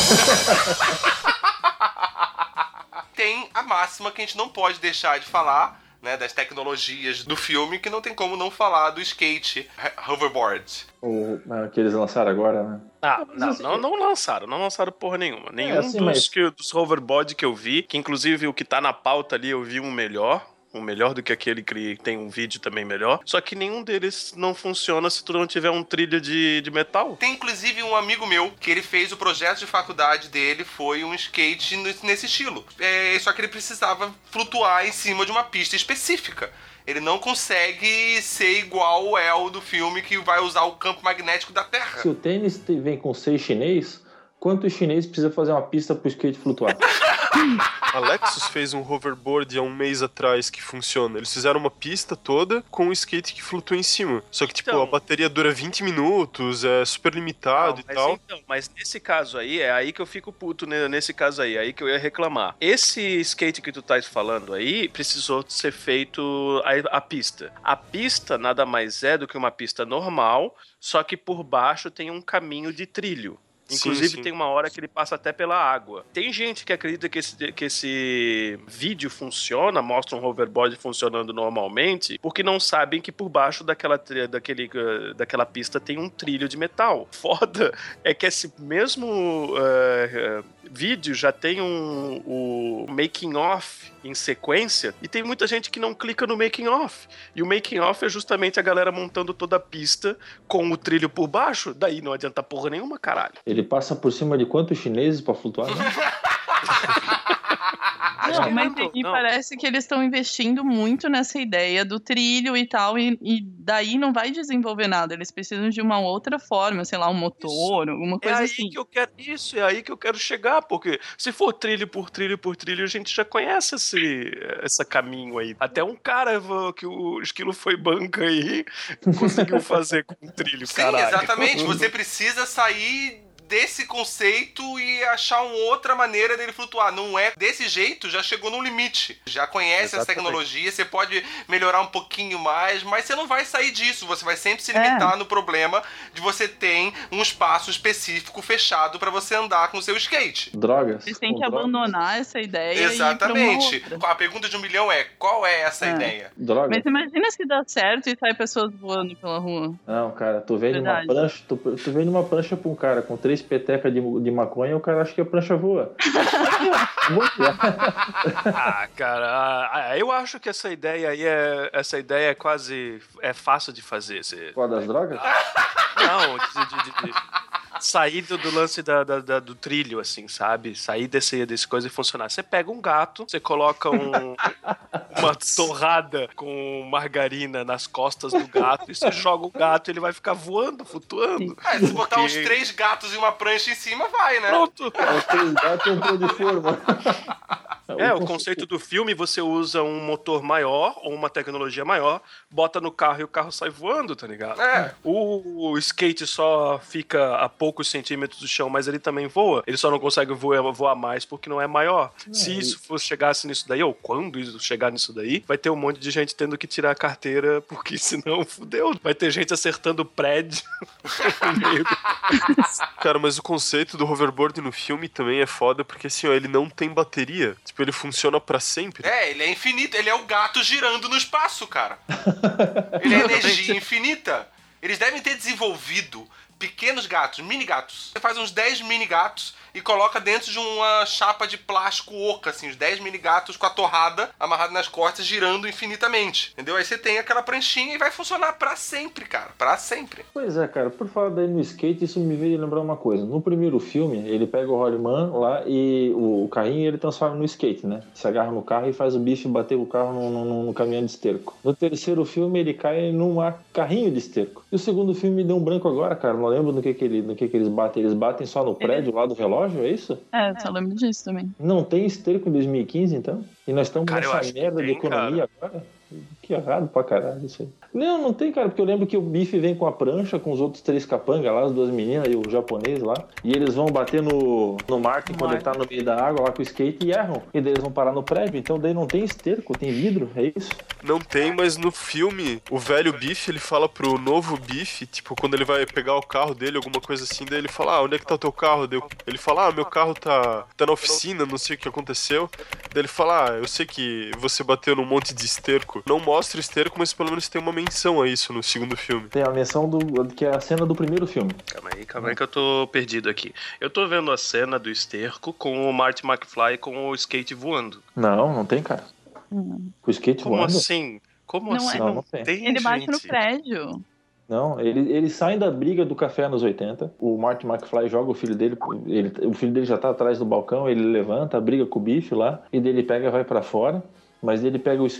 Tem a máxima que a gente não pode deixar de falar, né, das tecnologias do filme, que não tem como não falar do skate hoverboard. O, ah, que eles lançaram agora, né? Ah, Mas não, assim- não, não lançaram, não lançaram porra nenhuma. Nenhum assim, dos, mas- que, dos hoverboard que eu vi, que inclusive o que tá na pauta ali, eu vi um melhor. Um melhor do que aquele que tem um vídeo também melhor. Só que nenhum deles não funciona se tu não tiver um trilho de, de metal. Tem inclusive um amigo meu que ele fez o projeto de faculdade dele, foi um skate nesse nesse estilo. É, só que ele precisava flutuar em cima de uma pista específica. Ele não consegue ser igual é o do filme que vai usar o campo magnético da Terra. Se o tênis te- vem com seis chinês, quanto chinês precisa fazer uma pista pro skate flutuar? A Lexus fez um hoverboard há um mês atrás que funciona. Eles fizeram uma pista toda com um skate que flutua em cima. Só que, tipo, Então- a bateria dura vinte minutos, é super limitado Não, e mas, tal. então, mas nesse caso aí, é aí que eu fico puto, né, nesse caso aí, aí que eu ia reclamar. Esse skate que tu tá falando aí, precisou ser feito a, a pista. A pista nada mais é do que uma pista normal, só que por baixo tem um caminho de trilho. Inclusive, sim, sim. tem uma hora que ele passa até pela água. Tem gente que acredita que esse, que esse vídeo funciona, mostra um hoverboard funcionando normalmente, porque não sabem que por baixo daquela, daquele, daquela pista tem um trilho de metal. Foda é que esse mesmo uh, uh, vídeo já tem um, um making off em sequência, e tem muita gente que não clica no making off. E o making off é justamente a galera montando toda a pista com o trilho por baixo, daí não adianta porra nenhuma, caralho. Ele passa por cima de quantos chineses pra flutuar? Né? Não, mas e parece que eles estão investindo muito nessa ideia do trilho e tal, e, e daí não vai desenvolver nada. Eles precisam de uma outra forma, sei lá, um motor, isso. alguma coisa é aí assim. Que eu quero, isso, é aí que eu quero chegar, porque se for trilho por trilho por trilho, a gente já conhece esse, esse caminho aí. Até um cara que o Esquilo foi banca aí conseguiu fazer com um trilho, Sim, caralho. exatamente. Você precisa sair desse conceito e achar uma outra maneira dele flutuar. Não é desse jeito, já chegou no limite. Já conhece essa tecnologia, você pode melhorar um pouquinho mais, mas você não vai sair disso. Você vai sempre se limitar é. no problema de você ter um espaço específico fechado para você andar com o seu skate. Drogas. Vocês têm que drogas. abandonar essa ideia. Exatamente. E ir pra uma outra. A pergunta de um milhão é, qual é essa é. ideia? Drogas. Mas imagina se dá certo e sai pessoas voando pela rua. Não, cara, tu vende uma prancha, tu, tu vende uma prancha pra um cara com três petecas de, de maconha, o cara acha que a prancha voa. Ah, cara, eu acho que essa ideia aí é. Essa ideia é quase. É fácil de fazer. Você... Qual das drogas? Não, de, de, de, de sair do, do lance da, da, da, do trilho, assim, sabe? Sair desse, desse coisa e funcionar. Você pega um gato, você coloca um, uma torrada com margarina nas costas do gato e você joga o gato e ele vai ficar voando, flutuando. É, se botar uns três gatos e uma prancha em cima, vai, né? Pronto. Os três gatos entrou de forma. É, o conceito do filme, você usa um motor maior ou uma tecnologia maior, bota no carro e o carro sai voando, tá ligado? É. O, o skate só fica a poucos centímetros do chão, mas ele também voa. Ele só não consegue voar, voar mais porque não é maior. É. Se isso fosse chegasse nisso daí, ou quando isso chegar nisso daí, vai ter um monte de gente tendo que tirar a carteira, porque senão fudeu. Vai ter gente acertando o prédio no meio do... Cara, mas o conceito do hoverboard no filme também é foda, porque assim, ó, ele não tem bateria. Tipo, ele funciona pra sempre. É, ele é infinito. Ele é o gato girando no espaço, cara. Ele é energia infinita. Eles devem ter desenvolvido pequenos gatos, mini gatos. Você faz uns dez mini gatos e coloca dentro de uma chapa de plástico oca, assim, os dez mini gatos com a torrada amarrada nas costas, girando infinitamente. Entendeu? Aí você tem aquela pranchinha e vai funcionar pra sempre, cara. Pra sempre. Pois é, cara. Por falar daí no skate, isso me veio lembrar uma coisa. No primeiro filme, ele pega o Hollyman lá e o carrinho ele transforma no skate, né? Se agarra no carro e faz o bicho bater o carro no, no, no caminhão de esterco. No terceiro filme, ele cai num carrinho de esterco. E o segundo filme me deu um branco agora, cara. Não lembro no que, que, ele, no que, que eles batem. Eles batem só no prédio lá do relógio, é isso? É, eu só lembro disso também. Não tem esterco em dois mil e quinze, então? E nós estamos cara, nessa merda tem, de economia cara. agora? Que errado pra caralho isso aí. Não, não tem, cara, porque eu lembro que o bife vem com a prancha, com os outros três capangas lá, as duas meninas e o japonês lá, e eles vão bater no, no Martin quando ele tá no meio da água lá com o skate e erram. E daí eles vão parar no prédio, então daí não tem esterco, tem vidro, é isso? Não tem, mas no filme, o velho Biff, ele fala pro novo Biff, tipo, quando ele vai pegar o carro dele, alguma coisa assim, daí ele fala, ah, onde é que tá o teu carro? Daí ele fala, ah, meu carro tá, tá na oficina, não sei o que aconteceu. Daí ele fala, ah, eu sei que você bateu num monte de esterco. Não mostra o esterco, mas pelo menos tem uma menção a isso no segundo filme. Tem a menção do que é a cena do primeiro filme. Calma aí, calma aí que eu tô perdido aqui. Eu tô vendo a cena do esterco com o Marty McFly com o skate voando. Não, não tem, cara. Hum. Com o skate Como voando? assim? Como Não assim? é. Não, não tem. Tem, Ele bate gente. no prédio. Não, ele, eles saem da briga do café nos oitenta. O Marty McFly joga o filho dele, ele, o filho dele já tá atrás do balcão, ele levanta, briga com o bicho lá, e daí ele pega e vai pra fora. Mas ele pega o,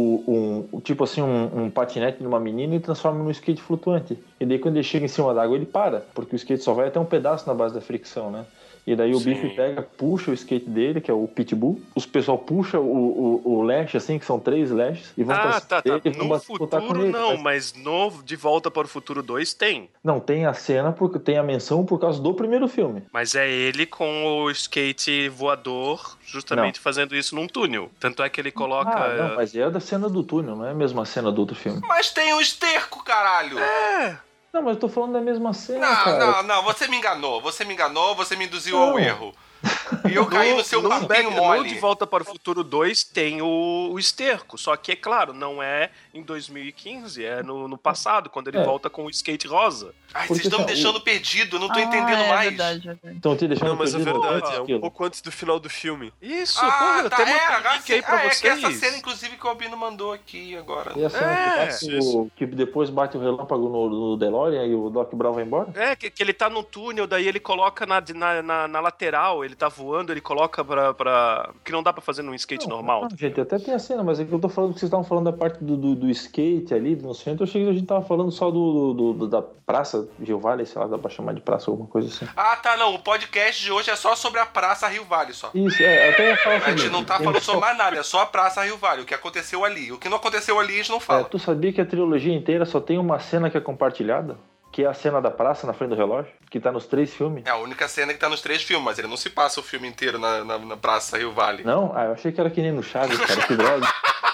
o, um, tipo assim, um, um patinete de uma menina e transforma num skate flutuante. E daí quando ele chega em cima da água, ele para, porque o skate só vai até um pedaço na base da fricção, né? E daí o Sim. bife pega, puxa o skate dele, que é o Pitbull. Os pessoal puxa o, o, o lash, assim, que são três lashes, e vão Ah, pra tá, tá. dele, e vão No botar com futuro ele. não, Mas... mas no De Volta para o Futuro dois tem. Não, tem a cena, porque tem a menção por causa do primeiro filme. Mas é ele com o skate voador, justamente Não. fazendo isso num túnel. Tanto é que ele coloca... Ah, não, mas é da cena do túnel, não é a mesma cena do outro filme. Mas tem o esterco, caralho! É... Não, mas eu tô falando da mesma cena, Não, cara. não, não, você me enganou. Você me enganou, você me induziu ao erro. E eu caí no seu papinho Back, mole. No De Volta para o Futuro dois tem o, o esterco, só que, é claro, não é em dois mil e quinze, é no, no passado, quando ele É. volta com o skate rosa. Ai, Porque vocês estão me tá- deixando perdido, eu não tô Ah, entendendo é mais. verdade, é verdade. Então te deixando Não, mas é perdido verdade, antes é um daquilo. pouco antes do final do filme. Isso, Ah, porra, tá, tem uma é, agora link sim. aí pra Ah, é que vocês. essa cena, inclusive, que o Albino mandou aqui agora. E a cena É, que, bate isso. o, que depois bate o relâmpago no, no DeLorean e o Doc Brown vai embora? É, que, que ele tá no túnel, daí ele coloca na, na, na, na lateral, ele tá voando, ele coloca pra, pra... que não dá pra fazer num skate normal. Não, gente, até tem a cena, mas é que eu tô falando que vocês estavam falando da parte do, do, do skate ali, no centro. Eu achei que a gente tava falando só do, do, do- da Praça Rio Vale, sei lá, dá pra chamar de praça, alguma coisa assim. Ah, tá, não. O podcast de hoje é só sobre a Praça Rio Vale, só. Isso, é, até ia falar A gente também. não tá falando sobre mais nada, é só a Praça Rio Vale, o que aconteceu ali. O que não aconteceu ali, a gente não É, fala. tu sabia que a trilogia inteira só tem uma cena que é compartilhada? Que é a cena da praça na frente do relógio? Que tá nos três filmes? É a única cena que tá nos três filmes, mas ele não se passa o filme inteiro na, na, na Praça Rio Vale. Não? Ah, eu achei que era que nem no Chaves, cara, que droga.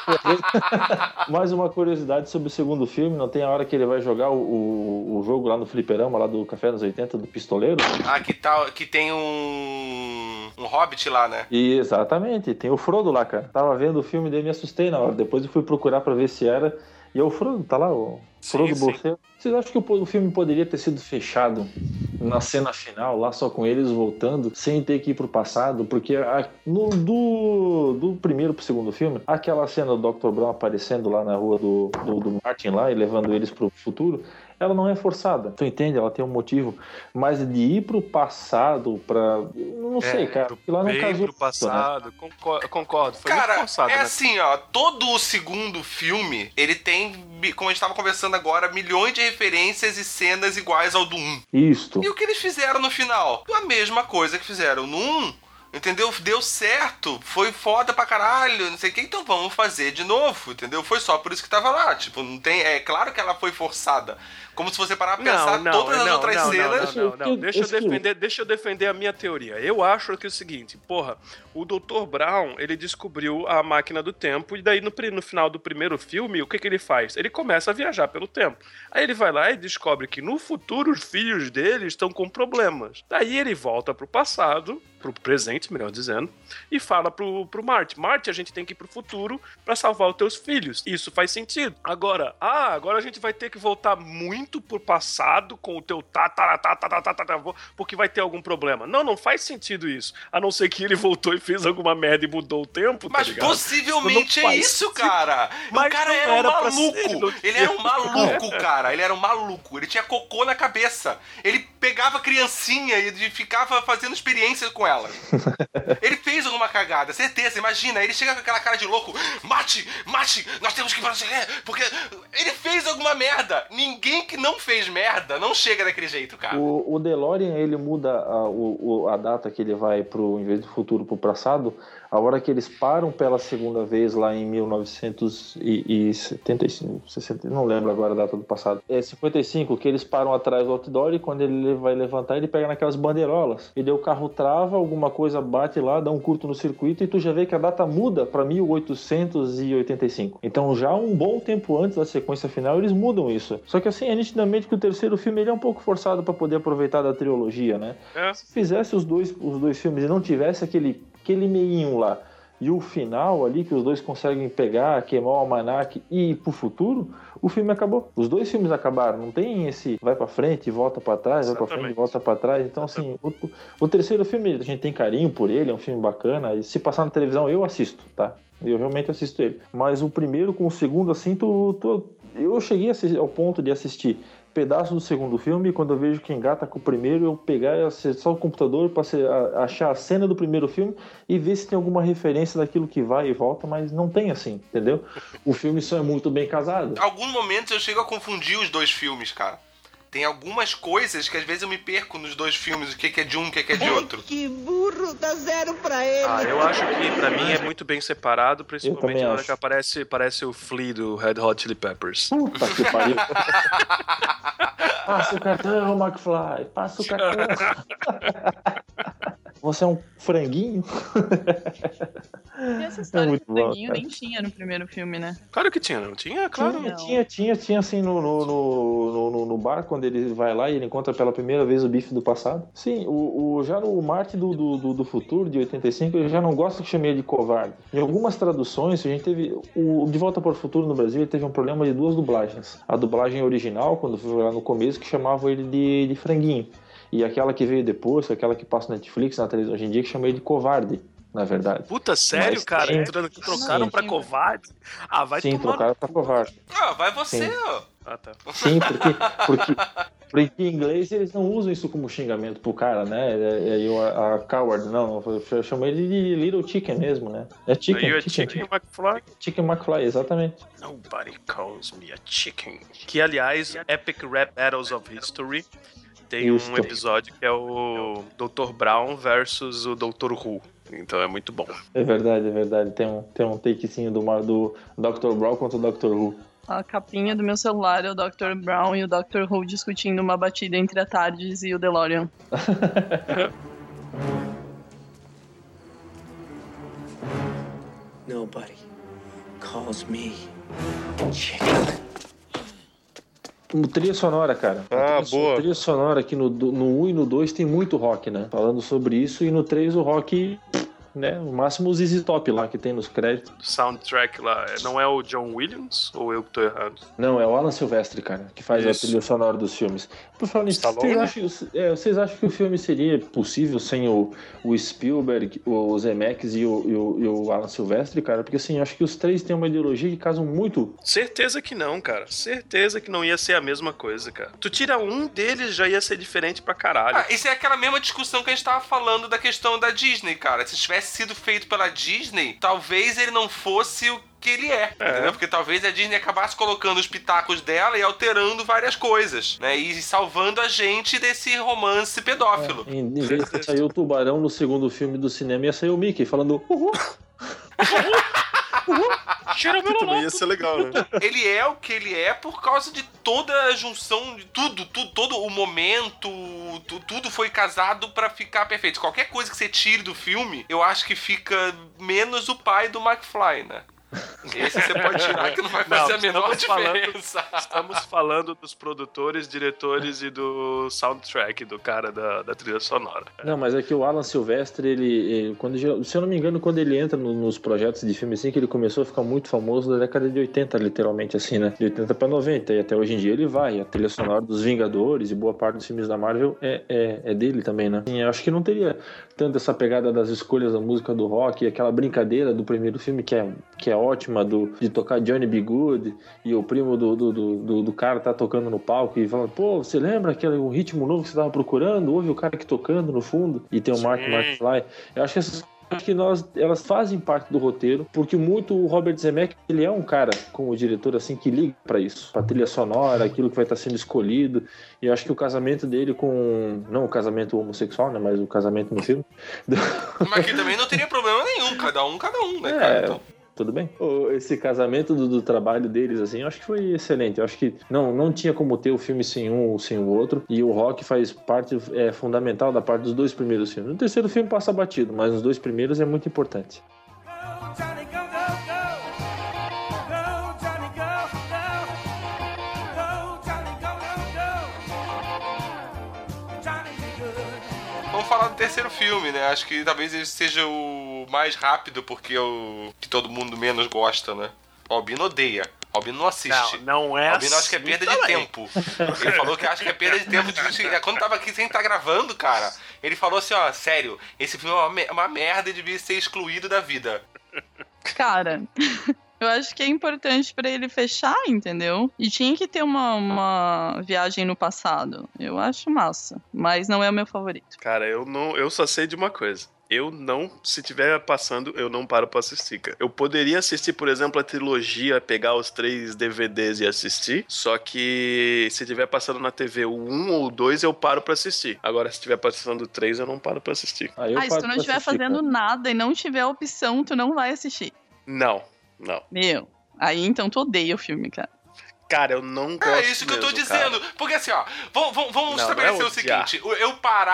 Mais uma curiosidade sobre o segundo filme, não tem a hora que ele vai jogar o, o, o jogo lá no fliperama, lá do Café nos oitenta, do pistoleiro? Ah, que, tá, que tem um. um Hobbit lá, né? E, exatamente, tem o Frodo lá, cara. Tava vendo o filme e me assustei na hora. Depois eu fui procurar pra ver se era. E é o Frodo, tá lá, o Frodo Sim, Bolseiro. Vocês acham que o, o filme poderia ter sido fechado na cena final, lá só com eles voltando, sem ter que ir pro passado? Porque a- no, do, do primeiro pro segundo filme, aquela cena do doutor Brown aparecendo lá na rua do, do, do Martin lá e levando eles pro futuro, ela não é forçada. Tu entende? Ela tem um motivo. Mas de ir pro passado pra... Não sei, cara. pro porque lá não bem, casou pro muito, né? passado, concordo, concordo, foi muito Cara, forçado, é né? assim, ó, todo o segundo filme, ele tem, como a gente tava conversando agora, milhões de referências e cenas iguais ao do um. Isto. E o que eles fizeram no final? A mesma coisa que fizeram no um. Entendeu? Deu certo, foi foda pra caralho, não sei o que, então vamos fazer de novo, entendeu? Foi só por isso que tava lá, tipo, não tem... É claro que ela foi forçada. Como se você parar pra pensar Não, não, todas as não, outras não, cenas... Não, não, não, não. Deixa, eu Esse filme- defender, deixa eu defender a minha teoria. Eu acho que é o seguinte, porra, o doutor Brown, ele descobriu a máquina do tempo e daí no, pri- no final do primeiro filme, o que que ele faz? Ele começa a viajar pelo tempo. Aí ele vai lá e descobre que no futuro os filhos dele estão com problemas. Daí ele volta pro passado, pro presente, melhor dizendo, e fala pro, pro Marty, Marty, a gente tem que ir pro futuro pra salvar os teus filhos. Isso faz sentido. Agora, ah, agora a gente vai ter que voltar muito pro passado com o teu tataratatatatataravô, porque vai ter algum problema. Não, não faz sentido isso. A não ser que ele voltou e fez alguma merda e mudou o tempo, tá Mas ligado? possivelmente Não é faz isso, sentido. cara. O Mas cara não era um era pra ser, maluco. não Ele era um maluco, cara. Ele era um maluco. Ele tinha cocô na cabeça. Ele pegava a criancinha e ficava fazendo experiências com ela. Ele fez alguma cagada, certeza. Imagina, ele chega com aquela cara de louco. Mate, mate, nós temos que fazer. Porque ele fez alguma merda. Ninguém que não fez merda não chega daquele jeito, cara. O, o DeLorean, ele muda a, o, o- a data que ele vai pro, em vez do futuro pro passado, a hora que eles param pela segunda vez lá em mil novecentos e setenta e cinco, sessenta, não lembro agora a data do passado. É cinquenta e cinco, que eles param atrás do outdoor e quando ele vai levantar, ele pega naquelas bandeirolas. E daí o carro trava, alguma coisa bate lá, dá um curto no circuito e tu já vê que a data muda pra mil oitocentos e oitenta e cinco. Então já um bom tempo antes da sequência final, eles mudam isso. Só que assim, é nitidamente que o terceiro filme ele é um pouco forçado pra poder aproveitar da trilogia, né? É. Se fizesse os dois, os dois filmes e não tivesse aquele, aquele meinho lá e o final ali que os dois conseguem pegar, queimar o almanac e ir pro futuro, o filme acabou. Os dois filmes acabaram, não tem esse vai pra frente, volta pra trás, vai pra frente, Exatamente. volta pra trás. Então assim, o, o terceiro filme a gente tem carinho por ele, é um filme bacana e se passar na televisão eu assisto, tá? Eu realmente assisto ele. Mas o primeiro com o segundo assim, tu, tu eu cheguei a assistir, ao ponto de assistir pedaço do segundo filme e quando eu vejo que engata com o primeiro, eu pegar e acessar o computador para achar a cena do primeiro filme e ver se tem alguma referência daquilo que vai e volta, mas não tem assim, entendeu? O filme só é muito bem casado. Alguns momentos eu chego a confundir os dois filmes, cara. Tem algumas coisas que às vezes eu me perco nos dois filmes, o que que é de um, o que que é de outro. Que burro, dá zero pra ele. Ah, eu acho que pra mim é muito bem separado, principalmente também na hora acho. que aparece, aparece o Flea do Red Hot Chili Peppers. Puta que pariu. Passa o cartão, McFly, passa o cartão. Você é um franguinho? E essa história É de muito bom, franguinho cara. nem tinha no primeiro filme, né? Claro que tinha, não tinha? Claro. Tinha, tinha, tinha, tinha assim no, no, no, no, no bar, quando ele vai lá e ele encontra pela primeira vez o bife do passado. Sim, o, o, já no Marte do, do, do, do Futuro, de oitenta e cinco, eu já não gosto que chamei ele de covarde. Em algumas traduções, a gente teve. O De Volta para o Futuro no Brasil, ele teve um problema de duas dublagens. A dublagem original, quando foi lá no começo, que chamava ele de, de franguinho. E aquela que veio depois, aquela que passa na Netflix, na televisão hoje em dia, que chama ele de covarde. Na verdade. Puta, sério, Mas cara? tem- Tro- Trocaram Sim. pra covarde? Ah, vai Sim, tomar. trocaram pra covarde. Ah, vai você, Sim. ó. Ah, tá. Sim, porque, porque, porque em inglês eles não usam isso como xingamento pro cara, né? É, é, eu, a, a coward, não, eu chamo ele de Little Chicken mesmo, né? É Chicken, Are you a chicken, chicken, chicken, McFly? chicken McFly, exatamente. Nobody calls me a chicken. Que, aliás, Epic Rap Battles of History tem um Isso. episódio que é o doutor Brown versus o doutor Who. Então é muito bom. É verdade, é verdade. Tem um, tem um takezinho do, mar- do doutor Brown contra o doutor Who. A capinha do meu celular é o doutor Brown e o doutor Who discutindo uma batida entre a Tardes e o DeLorean. Nobody calls me chicken. No trilha sonora, cara. Ah, A trilha, boa. A trilha sonora aqui no, no um e no dois tem muito rock, né? Falando sobre isso. E no três o rock, né? O máximo os Z Z Top lá que tem nos créditos. Soundtrack lá, não é o John Williams? Ou eu que tô errado? Não, é o Alan Silvestre, cara, que faz Isso. a trilha sonora dos filmes. Por falar nisso, vocês Stallone? acham, é, vocês acham que o filme seria possível sem o, o Spielberg, o Zemeckis e o, e, o, e o Alan Silvestre, cara? Porque assim, eu acho que os três têm uma ideologia que casam muito. Certeza que não, cara. Certeza que não ia ser a mesma coisa, cara. Tu tira um deles, já ia ser diferente pra caralho. Ah, isso é aquela mesma discussão que a gente tava falando da questão da Disney, cara. Se tivesse sido feito pela Disney, talvez ele não fosse o que ele é, É. entendeu? Porque talvez a Disney acabasse colocando os pitacos dela e alterando várias coisas, né? E salvando a gente desse romance pedófilo. Em, em vez de sair o Tubarão no segundo filme do cinema, ia sair o Mickey falando uhul. Cheira meu Também ia ser legal, né? Ele é o que ele é por causa de toda a junção de tudo, tudo todo o momento, tu- tudo foi casado pra ficar perfeito. Qualquer coisa que você tire do filme, eu acho que fica menos o pai do McFly, né? Esse você pode tirar que não vai fazer Não, a menor estamos falando- diferença. Estamos falando dos produtores, diretores e do soundtrack, do cara da, da trilha sonora. Não, mas é que o Alan Silvestre, ele, ele- quando, se eu não me engano, quando ele entra no- nos projetos de filme assim, que ele começou a ficar muito famoso da década de oitenta, literalmente assim, né? De oitenta pra noventa, e até hoje em dia ele vai. A trilha sonora dos Vingadores e boa parte dos filmes da Marvel é, é, é dele também, né? Assim, eu acho que não teria tanto essa pegada das escolhas da música do rock, e aquela brincadeira do primeiro filme que é, que é ótima, do, de tocar Johnny B. Good, e o primo do, do, do, do, do cara tá tocando no palco e falando, pô, você lembra aquele um ritmo novo que você tava procurando? Ouve o cara aqui tocando no fundo, e tem o Mark Sim. McFly. Eu acho que essas acho que nós, elas fazem parte do roteiro, porque muito o Robert Zemeckis, ele é um cara, como diretor, assim, que liga pra isso, pra trilha sonora, aquilo que vai estar sendo escolhido, e eu acho que o casamento dele com, não o casamento homossexual, né, mas o casamento no filme. Mas que também não teria problema nenhum, cada um, cada um, né, É, cara? Então, tudo bem. O- Esse casamento do, do trabalho deles, assim, eu acho que foi excelente. Eu acho que não, não tinha como ter o filme sem um ou sem o outro. E o rock faz parte é, fundamental da parte dos dois primeiros filmes. No terceiro filme passa batido, mas nos dois primeiros é muito importante. Johnny, go, go, go. Go, Johnny, go, go. Go, Johnny, go, go, go. Johnny be good. vamos falar do terceiro filme, né? Acho que talvez ele seja o mais rápido, porque é o que todo mundo menos gosta, né? O Albino odeia. O Albino não assiste. Não, não é O Albino acha que é assim perda de também. tempo. Ele falou que acha que é perda de tempo. De... Quando tava aqui sem estar gravando, cara, ele falou assim, ó, sério, esse filme é uma, me- uma merda e devia ser excluído da vida. Cara, eu acho que é importante pra ele fechar, entendeu? E tinha que ter uma, uma viagem no passado. Eu acho massa, mas não é o meu favorito. Cara, eu não, eu só sei de uma coisa. Eu não, se tiver passando, eu não paro pra assistir, cara. Eu poderia assistir, por exemplo, a trilogia, pegar os três D V Ds e assistir, só que se tiver passando na T V o um ou dois, eu paro pra assistir. Agora, se tiver passando o três, eu não paro pra assistir. Aí eu Ah, se paro tu não pra estiver assistir, fazendo cara. nada e não tiver opção, tu não vai assistir. Não, não. Meu, aí então tu odeia o filme, cara. Cara, eu não gosto É isso que eu tô mesmo, cara. dizendo. Porque assim, ó, vamos, vamos, vamos Não, estabelecer não é o odiar. seguinte: eu parar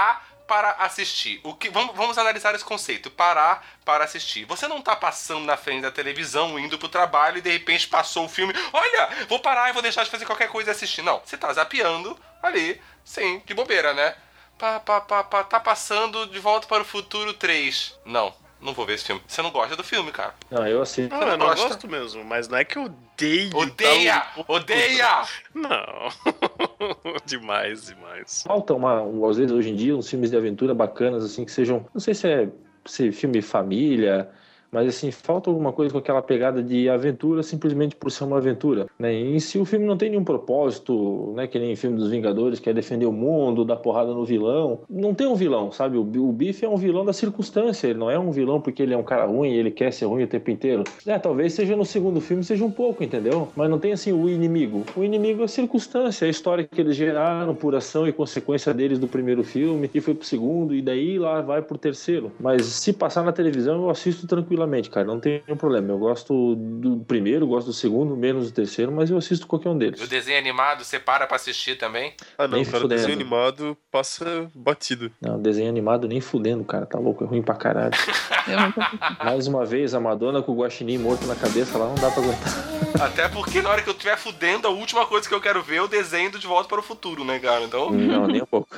para assistir. O que, vamos, vamos analisar esse conceito. Parar para assistir. Você não tá passando na frente da televisão, indo pro trabalho e de repente passou o filme. Olha, vou parar e vou deixar de fazer qualquer coisa e assistir. Não, você tá zapeando ali, sim, de bobeira, né? Pá, pá, pá, pá, tá passando De Volta para o Futuro três. Não, não vou ver esse filme. Você não gosta do filme, cara. Não, eu assisto. Não, Você não eu não gosta? gosto mesmo, mas não é que eu odeio. Odeia! tal- Odeia! Não. demais, demais. Falta uma, um, às vezes, hoje em dia, uns filmes de aventura bacanas, assim, que sejam. Não sei se é, se é filme família. Mas assim, falta alguma coisa com aquela pegada de aventura simplesmente por ser uma aventura, né? E se o filme não tem nenhum propósito, né? Que nem o filme dos Vingadores, que é defender o mundo, dar porrada no vilão. Não tem um vilão, sabe? O, o Biff é um vilão da circunstância, ele não é um vilão porque ele é um cara ruim, ele quer ser ruim o tempo inteiro. É, talvez seja no segundo filme, seja um pouco, entendeu? Mas não tem assim o inimigo. O inimigo é a circunstância, é a história que eles geraram por ação e consequência deles do primeiro filme, e foi pro segundo, e daí lá vai pro terceiro. Mas se passar na televisão, eu assisto tranquilo. Cara, não tem nenhum problema. Eu gosto do primeiro, gosto do segundo, menos do terceiro, mas eu assisto qualquer um deles. O desenho animado, você para pra assistir também? Ah, não, Nem cara, o fudendo. desenho animado passa batido. Não, desenho animado nem fudendo, cara. Tá louco, é ruim pra caralho. Eu nunca assisti. Mais uma vez, a Madonna com o guaxinim morto na cabeça lá, não dá pra aguentar. Até porque na hora que eu estiver fudendo, a última coisa que eu quero ver é o desenho do De Volta para o Futuro, né, cara? Então... Não, nem um pouco.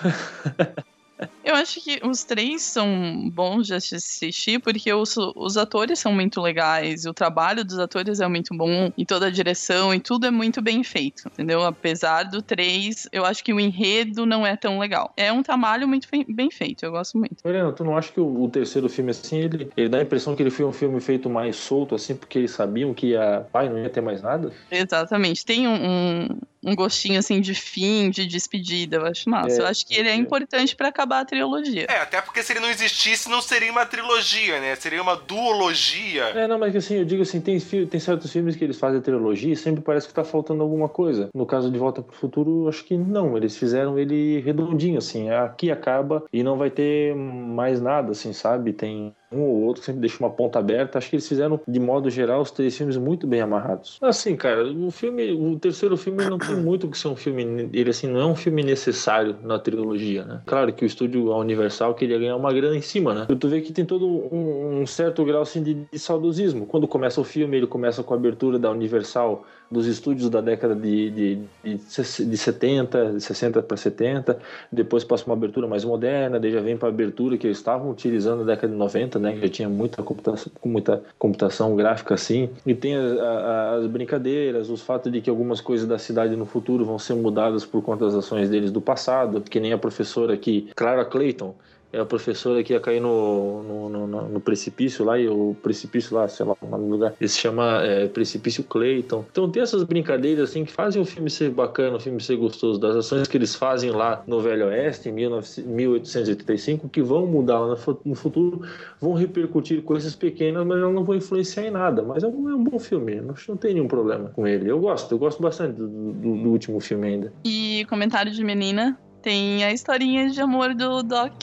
Eu acho que os três são bons de assistir porque os, os atores são muito legais, o trabalho dos atores é muito bom, e toda a direção e tudo é muito bem feito, entendeu? Apesar do três, eu acho que o enredo não é tão legal. É um trabalho muito fe- bem feito, eu gosto muito. Mariana, tu não acha que o, o terceiro filme, assim, ele, ele dá a impressão que ele foi um filme feito mais solto, assim, porque eles sabiam que ia, pai, não ia ter mais nada? Exatamente. Tem um, um, um gostinho, assim, de fim, de despedida, eu acho massa. É, eu acho que ele é, é. importante pra acabar a trilogia. É, até porque se ele não existisse, não seria uma trilogia, né? Seria uma duologia. É, não, mas assim, eu digo assim, tem, fi- tem certos filmes que eles fazem a trilogia e sempre parece que tá faltando alguma coisa. No caso de Volta pro Futuro, acho que não, eles fizeram ele redondinho, assim, aqui acaba e não vai ter mais nada, assim, sabe? Tem um ou outro que sempre deixa uma ponta aberta. Acho que eles fizeram, de modo geral, os três filmes muito bem amarrados. Assim, cara, o filme, o terceiro filme não tem muito que ser um filme, ele assim, não é um filme necessário na trilogia, né? Claro que o estúdio, a Universal, queria ganhar uma grana em cima, né? Tu vê que tem todo um, um certo grau, assim, de, de saudosismo. Quando começa o filme, ele começa com a abertura da Universal, dos estúdios da década de, de, de, de setenta, de sessenta para setenta, depois passa uma abertura mais moderna, daí já vem para a abertura que eles estavam utilizando na década de noventa, né, que já tinha muita computação, muita computação gráfica assim, e tem a, a, as brincadeiras, os fatos de que algumas coisas da cidade no futuro vão ser mudadas por conta das ações deles do passado, que nem a professora aqui, Clara Clayton, é a professora que ia cair no, no, no, no precipício lá, e o precipício lá, sei lá, o nome do lugar, ele se chama é, Precipício Clayton. Então tem essas brincadeiras assim que fazem o filme ser bacana, o filme ser gostoso, das ações que eles fazem lá no Velho Oeste, em mil oitocentos e oitenta e cinco, que vão mudar lá no futuro, vão repercutir coisas pequenas, mas elas não vão influenciar em nada. Mas é um, é um bom filme, não, não tem nenhum problema com ele. Eu gosto, eu gosto bastante do, do, do último filme ainda. E comentário de menina, tem a historinha de amor do Doc.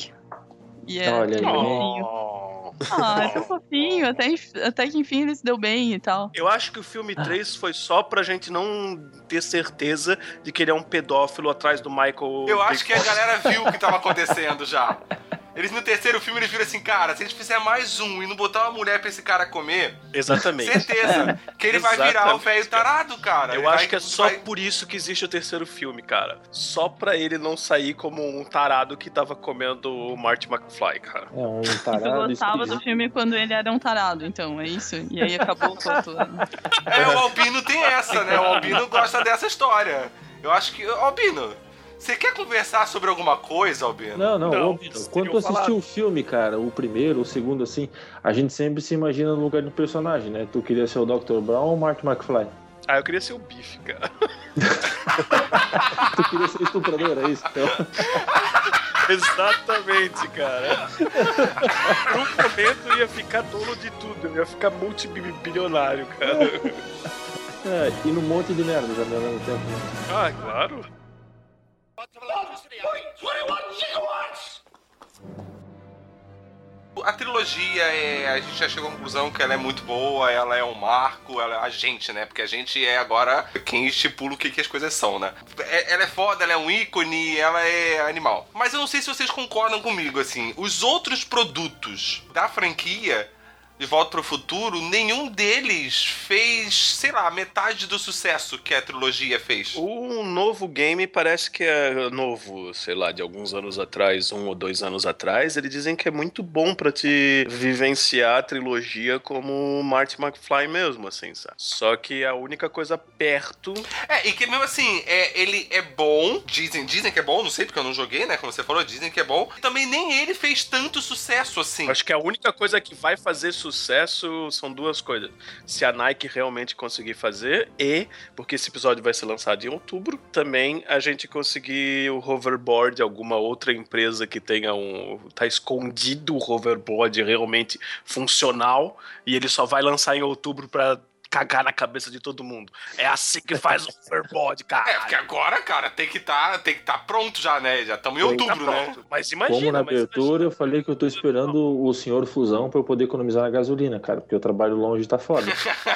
E é Olha aí. fofinho. Oh. Ah, é tão fofinho. Até, até que enfim ele se deu bem e tal. Eu acho que o filme três foi só pra gente não ter certeza de que ele é um pedófilo atrás do Michael. Eu acho que a galera viu o que tava acontecendo já. Eles no terceiro filme eles viram assim, cara, se a gente fizer mais um e não botar uma mulher pra esse cara comer, Exatamente. certeza que ele vai virar o Exatamente, velho tarado, cara. Eu Ele acho vai- que é só vai- por isso que existe o terceiro filme, cara. Só pra ele não sair como um tarado que tava comendo o Marty McFly, cara. É um Eu tarado gostava do esquisito. filme quando ele era um tarado, então, é isso. E aí acabou com tudo. É, o Albino tem essa, né? O Albino gosta dessa história. Eu acho que... Albino, você quer conversar sobre alguma coisa, Albino? Não, não, Não, ô, Vitor, vocês quando tu teriam assistiu falado. o filme, cara, o primeiro, o segundo, assim, a gente sempre se imagina no lugar do personagem, né? Tu queria ser o doutor Brown ou o Marty McFly? Ah, eu queria ser o Bife, cara. Tu queria ser estuprador, é isso? Então... Exatamente, cara. Por um momento eu ia ficar dono de tudo, eu ia ficar multibilionário, cara. É, e num monte de merda já ao mesmo tempo, né? Ah, claro. a trilogia, é, a gente já chegou à conclusão que ela é muito boa, ela é um marco, ela é a gente, né? Porque a gente é agora quem estipula o que, que as coisas são, né? É, ela é foda, ela é um ícone, ela é animal. Mas eu não sei se vocês concordam comigo, assim. Os outros produtos da franquia De Volta para o Futuro, nenhum deles fez, sei lá, metade do sucesso que a trilogia fez. O novo game parece que é novo, sei lá, de alguns anos atrás, um ou dois anos atrás. Eles dizem que é muito bom pra te vivenciar a trilogia como Marty McFly mesmo, assim, sabe? Só que a única coisa perto... É, e que mesmo assim, é, ele é bom, dizem, dizem que é bom, não sei porque eu não joguei, né, como você falou, dizem que é bom. E também nem ele fez tanto sucesso, assim. Acho que a única coisa que vai fazer sucesso são duas coisas. Se a Nike realmente conseguir fazer e, porque esse episódio vai ser lançado em outubro, também a gente conseguir o hoverboard, alguma outra empresa que tenha um... tá escondido o hoverboard realmente funcional e ele só vai lançar em outubro pra cagar na cabeça de todo mundo. É assim que faz o hoverboard, cara. É, porque agora, cara, tem que tá, tem que tá pronto já, né? Já estamos em outubro, tá né? Mas imagina... Como na mas abertura imagina. eu falei que eu tô esperando o senhor Fusão pra eu poder economizar na gasolina, cara, porque eu trabalho longe e tá foda.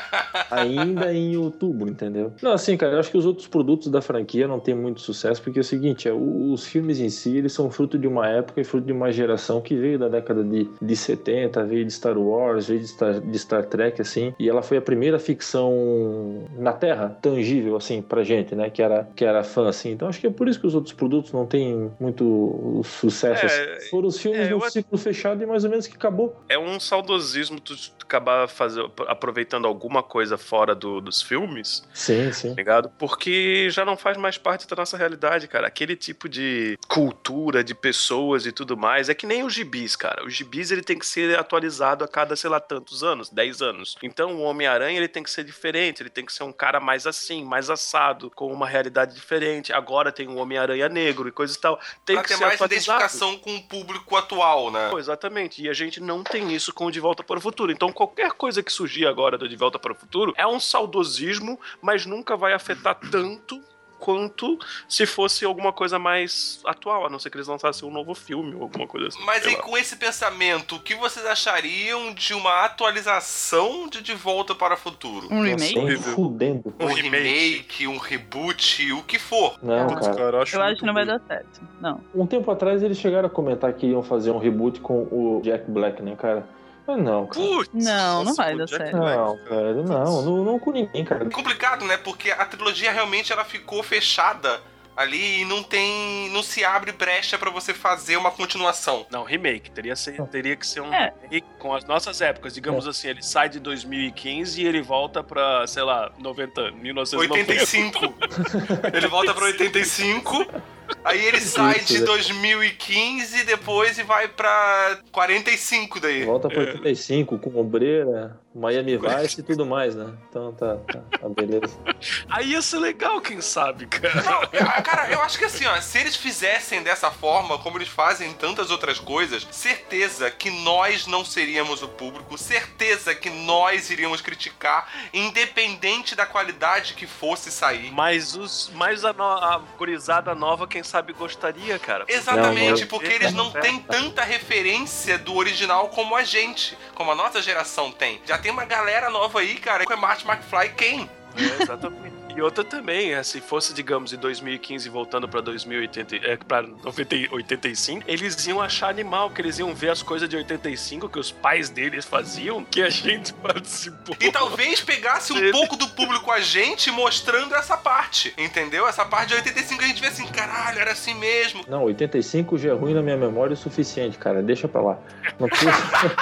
Ainda em outubro, entendeu? Não, assim, cara, eu acho que os outros produtos da franquia não tem muito sucesso, porque é o seguinte, é, os filmes em si, eles são fruto de uma época e fruto de uma geração que veio da década de, de setenta, veio de Star Wars, veio de Star, de Star Trek, assim, e ela foi a primeira ficção na Terra, tangível, assim, pra gente, né, que era, que era fã, assim. Então acho que é por isso que os outros produtos não têm muito sucesso. É, assim. Foram os filmes é, no eu... ciclo fechado e mais ou menos que acabou. É um saudosismo tu acabar fazer, aproveitando alguma coisa fora do, dos filmes. Sim, sim. Ligado? Porque já não faz mais parte da nossa realidade, cara. Aquele tipo de cultura, de pessoas e tudo mais, é que nem os gibis, cara. Os gibis, ele tem que ser atualizado a cada, sei lá, tantos anos, dez anos. Então, o Homem-Aranha, ele tem que ser diferente, ele tem que ser um cara mais assim, mais assado, com uma realidade diferente. Agora tem um Homem-Aranha negro e coisa e tal. Tem pra que ter ser mais atualizado. identificação com o público atual, né? Pô, exatamente. E a gente não tem isso com o De Volta para o Futuro. Então, qualquer coisa que surgir agora do De Volta para o Futuro é um saudosismo, mas nunca vai afetar tanto quanto se fosse alguma coisa mais atual, a não ser que eles lançassem um novo filme ou alguma coisa assim. Mas aí, com esse pensamento, o que vocês achariam de uma atualização de De Volta para o Futuro? Um remake? Nossa, fudendo. Um Um remake, um reboot, o que for. Não, Putz, cara. cara, eu acho Eu acho muito que não vai ruim. dar certo. Não. Um tempo atrás eles chegaram a comentar que iam fazer um reboot com o Jack Black, né, cara? Mas não, cara. Putz, Não, não nossa, vai o dar Jack certo. Black, Não, cara, não, não, não com ninguém, cara. É complicado, né? Porque a trilogia realmente ela ficou fechada ali e não tem, não se abre brecha pra você fazer uma continuação. Não, remake. Teria, ser, teria que ser um É. remake com as nossas épocas. Digamos assim, ele sai de dois mil e quinze e ele volta pra, sei lá, noventa, mil novecentos e noventa. oitenta e cinco. Ele volta pra oitenta e cinco. Aí ele sai Isso, de né? dois mil e quinze depois e vai pra quarenta e cinco daí. Volta pra oitenta e cinco com Ombreira, Miami Vice e tudo mais, né? Então tá, tá, tá beleza. Aí ia ser legal, quem sabe, cara. Não, eu- cara, eu acho que assim, ó, se eles fizessem dessa forma, como eles fazem em tantas outras coisas, certeza que nós não seríamos o público, certeza que nós iríamos criticar, independente da qualidade que fosse sair. Mas, os, mas a, no, a gurizada nova, quem sabe, gostaria, cara. Exatamente, Não, porque eu- eles não têm tanta referência do original como a gente, como a nossa geração tem. Já tem uma galera nova aí, cara, que é Marty McFly quem? É, exatamente. E outra também, é, se fosse, digamos, de dois mil e quinze voltando pra dois mil e oitenta, é, pra noventa, oitenta e cinco, eles iam achar animal, que eles iam ver as coisas de oitenta e cinco que os pais deles faziam, que a gente participou. E talvez pegasse um Ele- pouco do público a gente mostrando essa parte, entendeu? Essa parte de oitenta e cinco a gente vê assim, caralho, era assim mesmo. Não, oitenta e cinco já é ruim na minha memória o suficiente, cara. Deixa pra lá. Não precisa...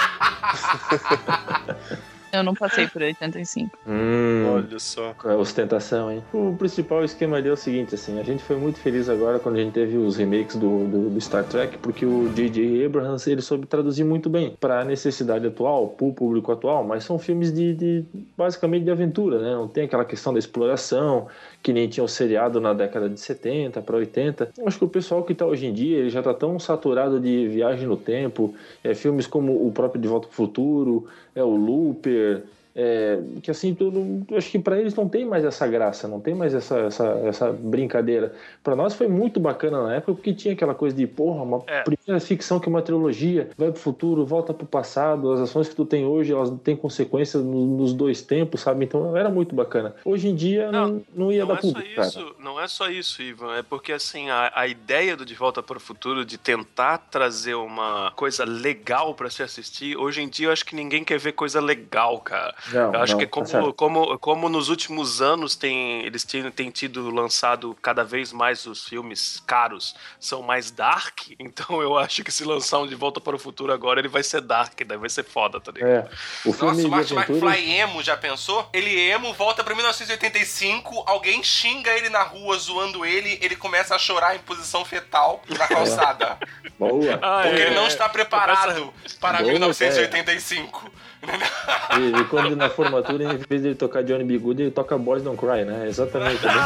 Eu não passei por oitenta e cinco. hum, Olha só. é ostentação, hein? O principal esquema ali é o seguinte, assim, a gente foi muito feliz agora quando a gente teve os remakes do, do, do Star Trek, porque o J J Abrams, ele soube traduzir muito bem para a necessidade atual, para o público atual, mas são filmes de, de, basicamente de aventura, né? Não tem aquela questão da exploração, que nem tinha o seriado na década de setenta para oitenta. Eu acho que o pessoal que tá hoje em dia, ele já tá tão saturado de viagem no tempo, é, filmes como o próprio De Volta pro Futuro, é o Looper, É, que assim, tudo, eu acho que pra eles não tem mais essa graça, não tem mais essa, essa, essa brincadeira. Pra nós foi muito bacana na época, porque tinha aquela coisa de, porra, uma É. primeira ficção que é uma trilogia, vai pro futuro, volta pro passado, as ações que tu tem hoje, elas têm consequências no- nos dois tempos, sabe? Então era muito bacana. Hoje em dia não, Não, não ia Não dar é, só público, cara. isso, não é só isso, Ivan. É porque, assim, a, a ideia do De Volta para o Futuro de tentar trazer uma coisa legal pra se assistir, hoje em dia eu acho que ninguém quer ver coisa legal, cara. Não, eu acho não, que é tá como, certo. como, como nos últimos anos tem, eles têm, têm tido lançado cada vez mais os filmes caros, são mais dark, então eu acho que se lançar um De Volta para o Futuro agora, ele vai ser dark, daí vai ser foda, tá ligado? É, o filme Nossa, o de Marty aventura... McFly emo, já pensou? Ele emo, volta pra mil novecentos e oitenta e cinco, alguém xinga ele na rua, zoando ele, ele começa a chorar em posição fetal na calçada. Boa. Ah, Porque é, ele não é. está preparado para Boa mil novecentos e oitenta e cinco. E, e quando na formatura, em vez de ele tocar Johnny B. Good, ele toca Boys Don't Cry, né? Exatamente. né?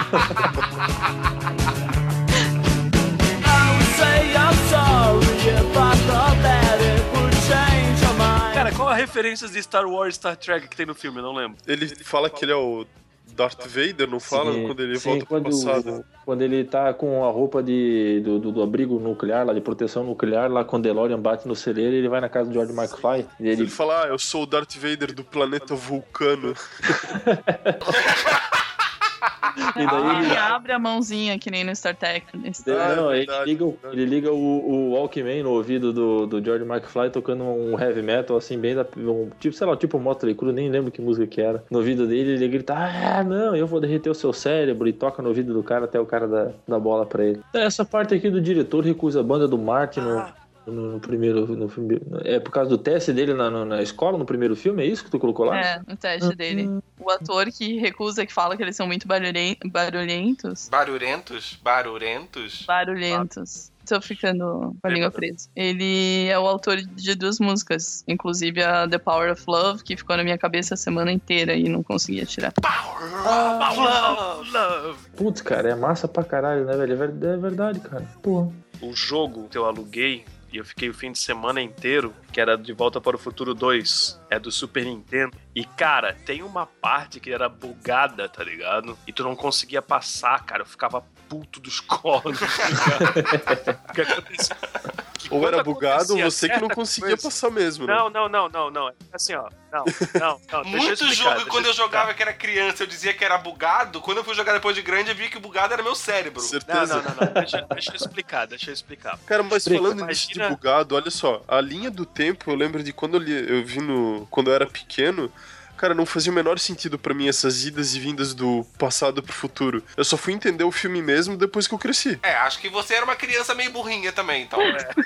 Cara, qual a referência de Star Wars e Star Trek que tem no filme? Eu não lembro. Ele fala que ele é o Darth Vader, não fala? Sim, Quando ele sim, volta pro quando, passado. quando ele tá com a roupa de, do, do, do abrigo nuclear, lá de proteção nuclear, lá quando o DeLorean bate no celeiro, ele vai na casa do George McFly. E ele... Ele fala, ah, eu sou o Darth Vader do planeta Vulcano. E daí Ele ele... abre a mãozinha, que nem no Star Trek. Ah, não, é ele verdade, liga, o- verdade. ele liga o, o Walkman no ouvido do, do George McFly tocando um heavy metal, assim, bem da. Um, tipo, sei lá, tipo Motley Crue, nem lembro que música que era. No ouvido dele, ele grita: ah, não, eu vou derreter o seu cérebro, e toca no ouvido do cara até o cara dar, dar bola pra ele. Essa parte aqui do diretor recusa a banda do Martin no. No, no primeiro no filme. É por causa do teste dele na, na, na escola, no primeiro filme? É isso que tu colocou lá? É, o teste dele. O ator que recusa, que fala que eles são muito barulhen- barulhentos. Barulhentos? Barulhentos? Barulhentos. Tô ficando com a língua presa. Ele é o autor de duas músicas, inclusive a The Power of Love, que ficou na minha cabeça a semana inteira e não conseguia tirar. Love, love. Putz, cara, é massa pra caralho, né, velho? É ver- É verdade, cara. Porra. O jogo que eu aluguei e eu fiquei o fim de semana inteiro, que era De Volta para o Futuro dois, é do Super Nintendo. E, cara, tem uma parte que era bugada, tá ligado? E tu não conseguia passar, cara. Eu ficava puto dos cornos, tá ligado? O que aconteceu? Que Ou quando era bugado, ou acontecia você que não certa conseguia coisa- passar mesmo, né? Não, não, não, não, não. Assim, ó. Não, não, não. deixa eu Muito explicar, jogo, deixa quando eu explicar. jogava que era criança, eu dizia que era bugado. Quando eu fui jogar depois de grande, eu vi que o bugado era meu cérebro. Não, Certeza. não, não, não. Deixa, deixa eu explicar, deixa eu explicar. Cara, mas Explica. falando nisso de Imagina- bugado, olha só, a linha do tempo, eu lembro de quando eu, li, eu vi no. Quando eu era pequeno, cara, não fazia o menor sentido pra mim essas idas e vindas do passado pro futuro. Eu só fui entender o filme mesmo depois que eu cresci. É, acho que você era uma criança meio burrinha também, então.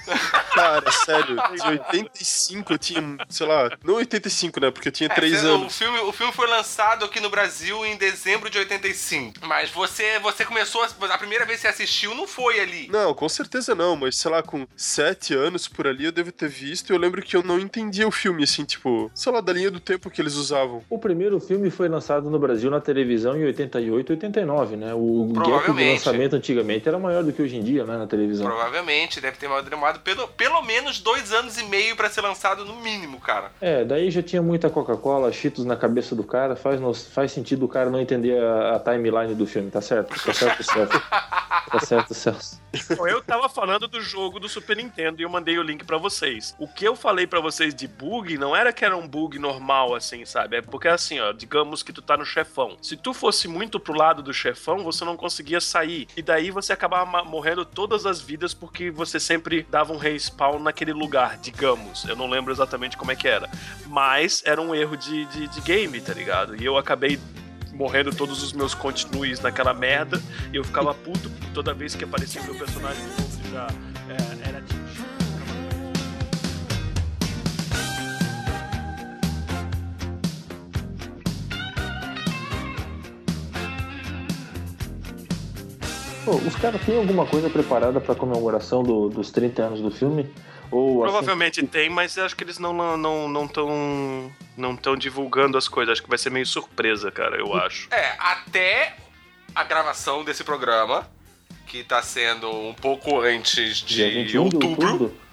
Cara, sério, de oitenta e cinco eu tinha, sei lá, não oitenta e cinco, né? Porque eu tinha É, três você- O anos. filme, o filme foi lançado aqui no Brasil em dezembro de oitenta e cinco. Mas você, você começou. A, a primeira vez que você assistiu não foi ali. Não, com certeza não, mas sei lá, com sete anos por ali eu devo ter visto e eu lembro que eu não entendia o filme, assim, tipo, sei lá, da linha do tempo que eles usavam. O primeiro filme foi lançado no Brasil na televisão em oitenta e oito, oitenta e nove, né? O gap de Provavelmente. lançamento antigamente era maior do que hoje em dia, né, na televisão. Provavelmente, deve ter demorado pelo, pelo menos dois anos e meio pra ser lançado no mínimo, cara. É, daí já tinha muita Coca-Cola, Cheetos na cabeça do cara, faz, no- faz sentido o cara não entender a, a timeline do filme, tá certo? Tá certo, Celso. Tá certo, Celso. Bom, eu tava falando do jogo do Super Nintendo e eu mandei o link pra vocês. O que eu falei pra vocês de bug não era que era um bug normal, assim, sabe? É porque assim, ó, digamos que tu tá no chefão. Se tu fosse muito pro lado do chefão, você não conseguia sair. E daí você acabava ma- morrendo todas as vidas porque você sempre dava um respawn naquele lugar, digamos. Eu não lembro exatamente como é que era. Mas era um erro de, de, de game, tá ligado? E eu acabei morrendo todos os meus continues naquela merda, e eu ficava puto toda vez que aparecia o meu personagem novo já é, era atingido. Pô, os caras têm alguma coisa preparada pra comemoração do- dos trinta anos do filme? Ou assim, Provavelmente tem, mas eu acho que eles não não não não tão não tão divulgando as coisas. Acho que vai ser meio surpresa, cara, eu acho. É, até a gravação desse programa, que tá sendo um pouco antes dia de vinte e um de outubro. outubro?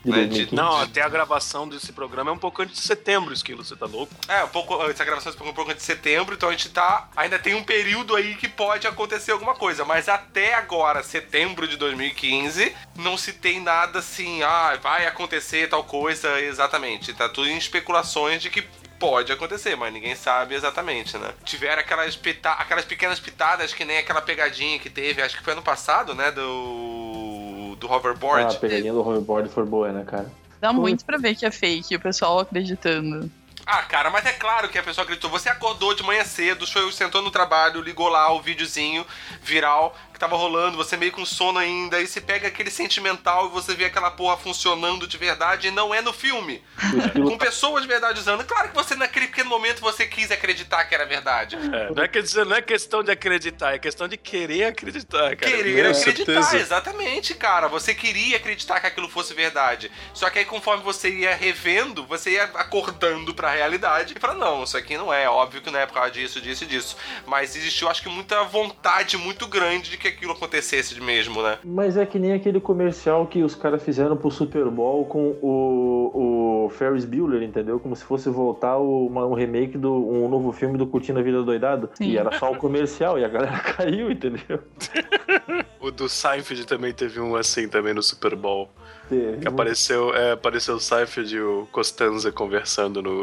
De né? dois mil e De- quinze. Não, até a gravação desse programa é um pouco antes de setembro, Esquilo, você tá louco? É, um pouco antes, a gravação é um pouco antes de setembro, então a gente tá. Ainda tem um período aí que pode acontecer alguma coisa, mas até agora, setembro de dois mil e quinze, não se tem nada assim, ah, vai acontecer tal coisa exatamente. Tá tudo em especulações de que pode acontecer, mas ninguém sabe exatamente, né? Tiveram aquelas, pita... aquelas pequenas pitadas que nem aquela pegadinha que teve, acho que foi ano passado, né? Do. Do hoverboard. Ah, a pegadinha do hoverboard foi boa, né, cara? Dá Foi. muito pra ver que é fake, o pessoal acreditando. Ah, cara, mas é claro que a pessoa acreditou. Você acordou de manhã cedo, foi, sentou no trabalho, ligou lá o videozinho viral que tava rolando, você meio com sono ainda, aí você pega aquele sentimental e você vê aquela porra funcionando de verdade e não é no filme. Com pessoas de verdade usando. Claro que você, naquele pequeno momento, você quis acreditar que era verdade. É, não, é quer dizer, não é questão de acreditar, é questão de querer acreditar, cara. Querer Com acreditar, certeza. exatamente, cara. Você queria acreditar que aquilo fosse verdade. Só que aí, conforme você ia revendo, você ia acordando pra realidade e fala, não, isso aqui não é, óbvio que não é por causa disso, disso e disso. Mas existiu, acho que, muita vontade muito grande de que aquilo acontecesse mesmo, né? Mas é que nem aquele comercial que os caras fizeram pro Super Bowl com o, o Ferris Bueller, entendeu? Como se fosse voltar o- uma- um remake do um novo filme do Curtindo a Vida Doidado. Sim. E era só o comercial e a galera caiu, entendeu? O do Seinfeld também teve um assim também no Super Bowl. Teve. Que apareceu, é, apareceu o Seinfeld e o Costanza conversando no...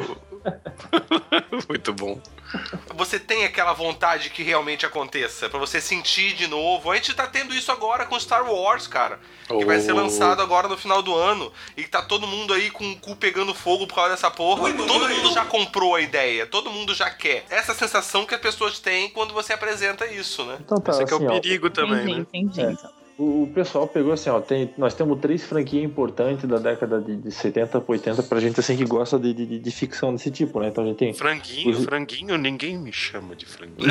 Muito bom. Você tem aquela vontade que realmente aconteça, pra você sentir de novo. A gente tá tendo isso agora com Star Wars, cara. Que vai ser Oh. lançado agora no final do ano. E tá todo mundo aí com o cu pegando fogo por causa dessa porra. Todo mundo já comprou a ideia, todo mundo já quer. Essa sensação que as pessoas têm quando você apresenta isso, né? Então tá, Esse aqui é assim, o ó, perigo também, né? Entendi, É. entendi. o, o pessoal pegou assim, ó, tem, nós temos três franquias importantes da década de, de setenta pra oitenta pra gente assim que gosta de, de, de ficção desse tipo, né? Então a gente tem Franguinho, Os- franguinho, ninguém me chama de franguinho.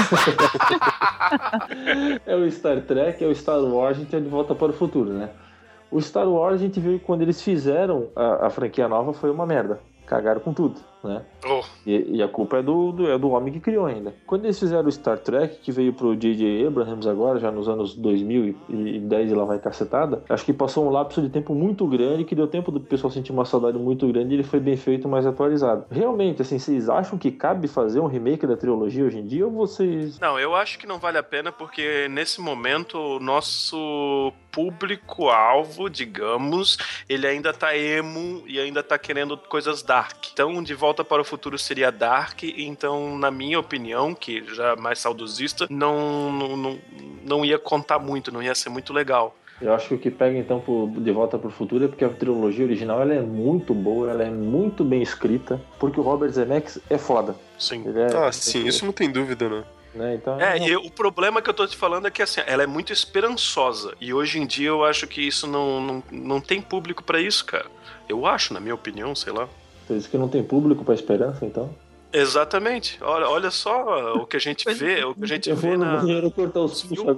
é o Star Trek, é o Star Wars, a gente é de Volta para o Futuro, né? O Star Wars, a gente viu que quando eles fizeram a, a franquia nova foi uma merda. Cagaram com tudo, né? Oh, E, e a culpa é do, do, é do homem que criou ainda. Quando eles fizeram o Star Trek, que veio pro J J Abrams agora, já nos anos dois mil e dez e lá vai cacetada, acho que passou um lapso de tempo muito grande, que deu tempo do pessoal sentir uma saudade muito grande e ele foi bem feito, mais atualizado. Realmente, assim, vocês acham que cabe fazer um remake da trilogia hoje em dia ou vocês... não, eu acho que não vale a pena porque nesse momento o nosso público-alvo, digamos, ele ainda tá emo e ainda tá querendo coisas dark. Então, De Volta para o Futuro seria dark, então, na minha opinião, que já é mais saudosista, não, não, não, não ia contar muito, não ia ser muito legal. Eu acho que o que pega então pro, de Volta pro Futuro é porque a trilogia original ela é muito boa, ela é muito bem escrita, porque o Robert Zemeckis é foda. Sim. Ele é, Ah, sim, isso não tem dúvida, né? né? Então, É, e o problema que eu tô te falando é que assim, ela é muito esperançosa. E hoje em dia eu acho que isso não, não, não tem público pra isso, cara. Eu acho, na minha opinião, sei lá. Por isso que não tem público pra esperança, então. Exatamente. Olha, olha só o que a gente vê, o que a gente Eu vê vou no na. banheiro cortar os pulsos filmes.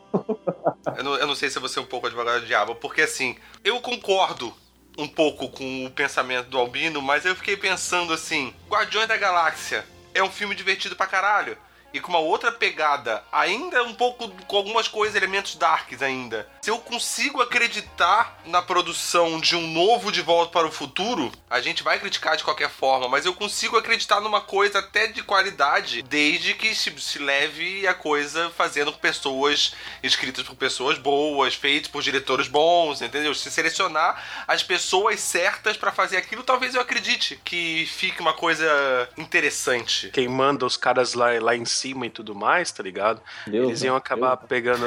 Eu agora. não, eu não sei se eu vou ser um pouco advogado do diabo, porque assim, eu concordo um pouco com o pensamento do Albino, mas eu fiquei pensando assim, Guardiões da Galáxia é um filme divertido pra caralho. E com uma outra pegada, ainda um pouco com algumas coisas, elementos darks ainda. Se eu consigo acreditar na produção de um novo De Volta para o Futuro, a gente vai criticar de qualquer forma, mas eu consigo acreditar numa coisa até de qualidade, desde que se, se leve a coisa fazendo com pessoas, escritas por pessoas boas, feitas por diretores bons, entendeu? Se selecionar as pessoas certas pra fazer aquilo, talvez eu acredite que fique uma coisa interessante. Quem manda os caras lá, lá em cima e tudo mais, tá ligado? Deus, Eles iam né? acabar Deus. pegando.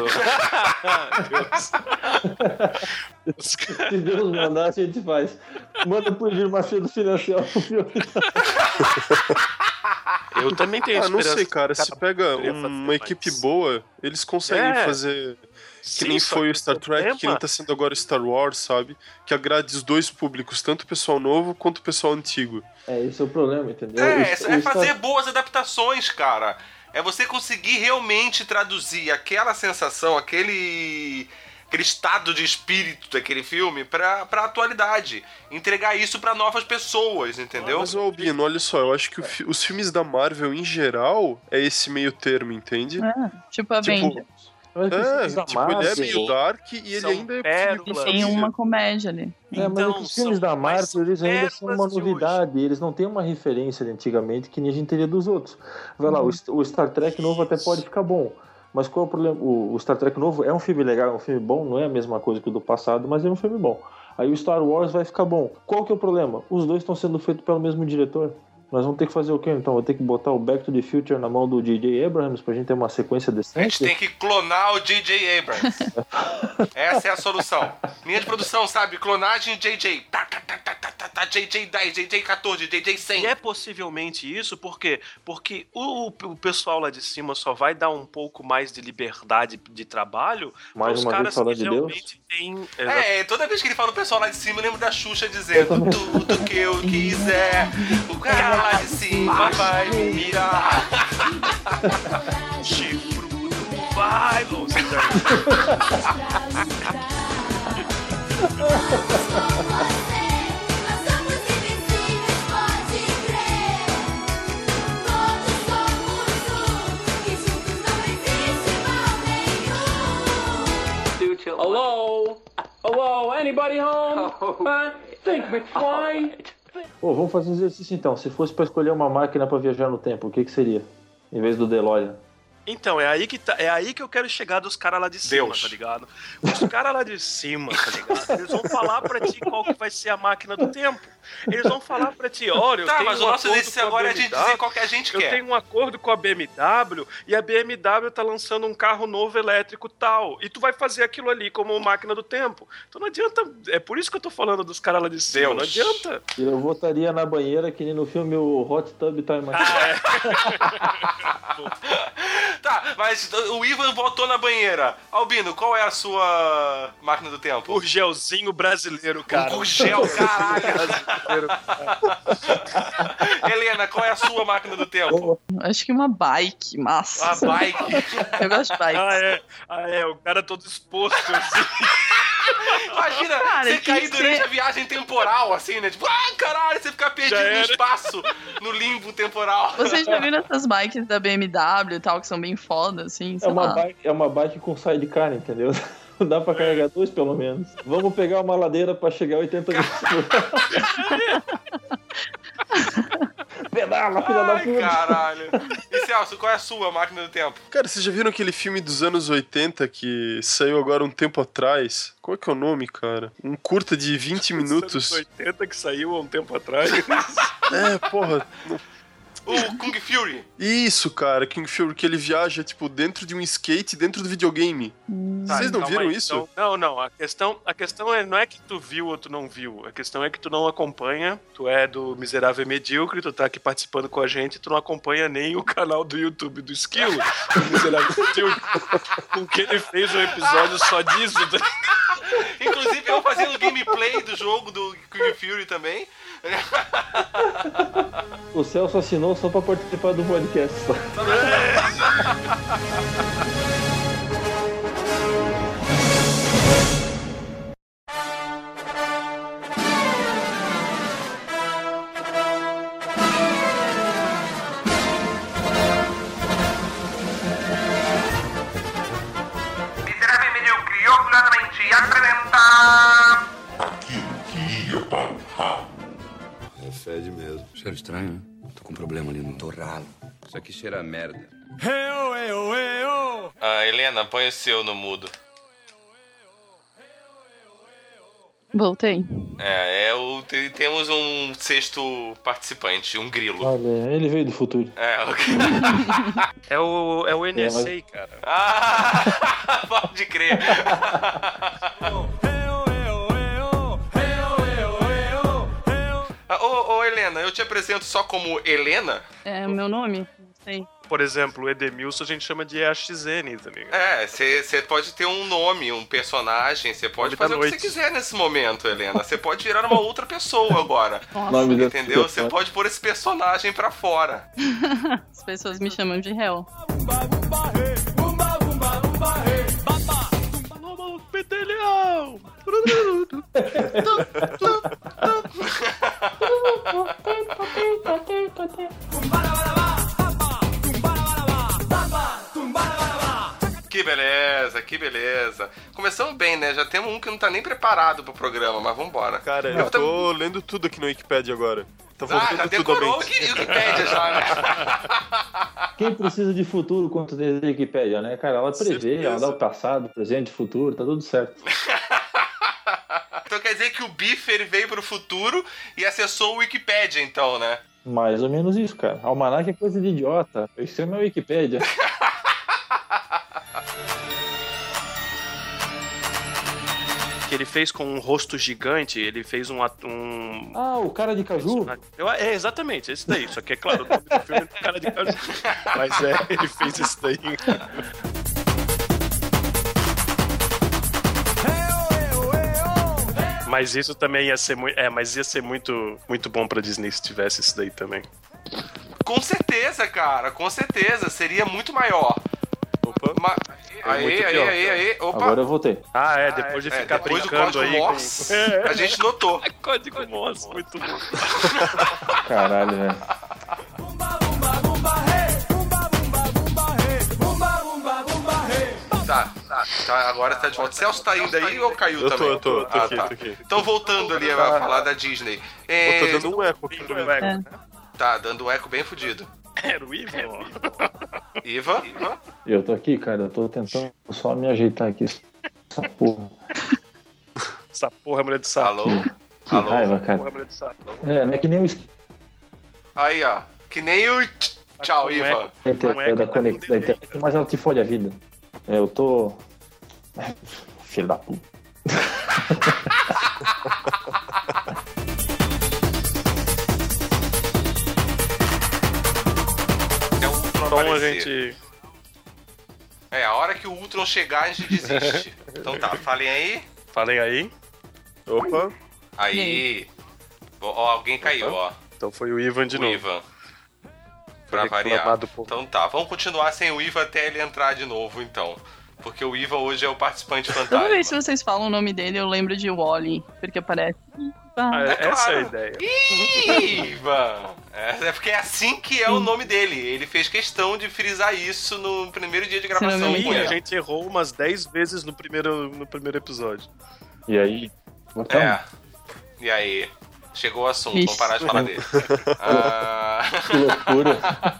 Deus. Os caras- Se Deus mandar, a gente faz. Manda pro Edir Macedo financiar o filme. Eu também tenho Ah, não esperança sei, cara. que o Se pega poderia fazer uma mais. equipe boa, eles conseguem É. fazer. Que Sim, nem só foi que o Star Trek, que problema- nem tá sendo agora o Star Wars, sabe? Que agrade os dois públicos, tanto o pessoal novo quanto o pessoal antigo. É, esse é o problema, entendeu? É, O- é o Star- fazer boas adaptações, cara. É você conseguir realmente traduzir aquela sensação, aquele, aquele estado de espírito daquele filme pra, pra atualidade. Entregar isso pra novas pessoas, entendeu? Mas, ô, Albino, olha só, eu acho que o fi- os filmes da Marvel, em geral, é esse meio termo, entende? É, tipo a Tipo, Avengers. Mas os É, filmes da tipo, ele é Marvel- meio dark e ele São ainda é pérolas. filme Tem família. uma comédia ali. É, mas é que os filmes são- da mas Marvel, são eles ainda são uma pérolas de novidade, eles não têm uma referência de antigamente que nem a gente teria dos outros. Vai lá, o, St- o Star Trek novo até pode ficar bom, mas qual é o problema? O, o Star Trek novo é um filme legal, é um filme bom, não é a mesma coisa que o do passado, mas é um filme bom. Aí o Star Wars vai ficar bom. Qual que é o problema? Os dois estão sendo feitos pelo mesmo diretor. Nós vamos ter que fazer o quê, então? Vamos ter que botar o Back to the Future na mão do J J Abrams pra gente ter uma sequência A gente decente? tem que clonar o J J Abrams. Essa é a solução. Linha de produção, sabe? Clonagem J J. Tá, tá, tá, tá, tá, tá, tá, J J dez, J J quatorze, J J cem. E é possivelmente isso, por quê? Porque o, o pessoal lá de cima só vai dar um pouco mais de liberdade de trabalho Mais pros uma vez caras falando que de realmente têm... É, toda vez que ele fala o pessoal lá de cima, eu lembro da Xuxa dizendo tudo que eu quiser, o cara lá de cima vai me mirar. Chifrudo vai, você Hello? Hello? Anybody home? Huh? Think me twice. Pô, vamos fazer um exercício então. Se fosse pra escolher uma máquina pra viajar no tempo, o que que seria? Em vez do DeLorean. Então, é aí, que tá, é aí que eu quero chegar dos caras lá de cima, Deus. tá ligado? Os caras lá de cima, tá ligado? Eles vão falar pra ti qual que vai ser a máquina do tempo. Eles vão falar pra ti, olha, eu Tá, tenho mas um o nosso acordo exercício com agora é a B M gente W, dizer qual que a gente Eu quer. tenho um acordo com a B M W e a B M W tá lançando um carro novo elétrico tal. E tu vai fazer aquilo ali como máquina do tempo. Então não adianta. É por isso que eu tô falando dos caras lá de cima. Deus. Não adianta. Eu votaria na banheira que nem no filme o Hot Tub Time Machine. Tá, mas o Ivan voltou na banheira. Albino, qual é a sua máquina do tempo? O gelzinho brasileiro, cara. O gel, caralho. Brasileiro, cara. Helena, qual é a sua máquina do tempo? Acho que uma bike, massa. A bike. Eu gosto de bike. Ah, é. Ah, é. O cara todo exposto, assim. Imagina Cara, você tem cair que durante ser- a viagem temporal, assim, né? Tipo, ah, caralho, você ficar perdido Já no era. espaço, no limbo temporal. Vocês já viram essas bikes da B M W e tal, que são bem foda, assim? É Sei uma, lá. bike, é uma bike com sidecar, entendeu? Dá pra carregar dois, pelo menos. Vamos pegar uma ladeira pra chegar a oitenta metros por hora. Pedala, filha da Ai, puta. caralho. E Celso, qual é a sua máquina do tempo? Cara, vocês já viram aquele filme dos anos oitenta que saiu agora um tempo atrás? Qual é que é o nome, cara? Um curta de vinte minutos. Anos oitenta que saiu há um tempo atrás. É, porra. não- O Kung Fury. Isso, cara, King Fury, que ele viaja, tipo, dentro de um skate, dentro do videogame. Vocês não Calma viram aí, isso? então. Não, não. A questão, a questão é, não é que tu viu ou tu não viu. A questão é que tu não acompanha. Tu é do Miserável Medíocre, tu tá aqui participando com a gente, tu não acompanha nem o canal do YouTube do Esquilo, do Miserável Medíocre, com que ele fez um episódio só disso. Tá? Inclusive, eu fazendo gameplay do jogo do Kung Fury também. O Celso assinou só pra participar do podcast. Só. Miserável Medíocre, orgulhosamente apresenta... É fede mesmo. Cheiro estranho, né? Tô com um problema ali no torralo. Isso aqui cheira a merda. Ah, Helena, põe o seu no mudo. Voltei. É, é o, te- temos um sexto participante, um grilo. Olha, ele veio do futuro. É, ok. É o, é o N S A, cara. Ah, pode crer. Ah, Ô, ô, Helena, eu te apresento só como Helena? É o meu nome? Não sei. Por exemplo, o Edemilson a gente chama de E A X N, tá ligado? É, você pode ter um nome, um personagem, você pode Nome da fazer o que você noite. quiser nesse momento, Helena. Você pode virar uma outra pessoa agora. Nossa, Nome desse Entendeu? Você personagem. pode pôr esse personagem pra fora. as pessoas me chamam de réu. Vamos, pedelhão! Que beleza, que beleza. Começamos bem, né? Já temos um que não tá nem preparado pro programa, mas vambora. Cara, eu, eu tô tam... lendo tudo aqui no Wikipedia agora. Tá voltando ah, já tudo decorou o Wikipedia já, né? Quem precisa de futuro quanto tem a Wikipedia, né, cara? Ela prevê, Certeza. ela dá o passado, presente, futuro, tá tudo certo. Então quer dizer que o Biff, ele veio pro futuro e acessou o Wikipedia, então, né? Mais ou menos isso, cara. Almanac é coisa de idiota. Isso é minha Wikipédia. Que ele fez com um rosto gigante, ele fez um... um... Ah, o cara de caju? Eu, é, exatamente, esse daí. Só que, é claro, o nome do filme é o cara de caju. Mas é, ele fez isso daí. Mas isso também ia ser muito... É, mas ia ser muito, muito bom pra Disney se tivesse isso daí também. Com certeza, cara, com certeza. Seria muito maior. Opa. Ma... Aí, aí, aí, aí, opa. Agora eu voltei. Ah, é, depois de é, ficar depois brincando aí Morse, com... a gente notou. Código Morse, muito bom. Caralho, velho. Tá, tá, tá, agora tá de volta. Celso tá indo aí ou caiu eu também? Eu tô, eu tô, tô ah, aqui, tá. tô aqui. Então voltando ali a falar da Disney. É... Eu tô dando um eco aqui pra mim. É. Tá, dando um eco bem fudido. Era o Ivan? Iva? Iva? Eu tô aqui, cara. Eu tô tentando só me ajeitar aqui. Essa porra. Essa porra, mulher do sapo. Alô? Que Alô? raiva, cara. Porra, mulher do sapo. É, não é que nem o Aí, ó. Que nem o... Tchau, Iva. é da conexão da internet, mas ela te fode a vida. É, eu tô... Filho da puta. É o Ultron Então a aparecer. gente... É, a hora que o Ultron chegar, a gente desiste. Então tá, falem aí. Falem aí. Opa. Aí. Ó, alguém caiu, ó. Então foi o Ivan de o novo. Ivan. Pra Foi variar. reclamado por- Então tá, vamos continuar sem o Ivan até ele entrar de novo, então. Porque o Ivan hoje é o participante Toda fantasma. vez que vocês falam o nome dele, eu lembro de Wall-E, porque parece... Ah, É essa é a claro. ideia. Ivan! É, é porque é assim que é o nome dele. Ele fez questão de frisar isso no primeiro dia de gravação. não me com E a ele. gente errou umas dez vezes no primeiro, no primeiro episódio. E aí? Então, É. E aí? Chegou o assunto, Ixi. vamos parar de falar dele. Ah... que loucura.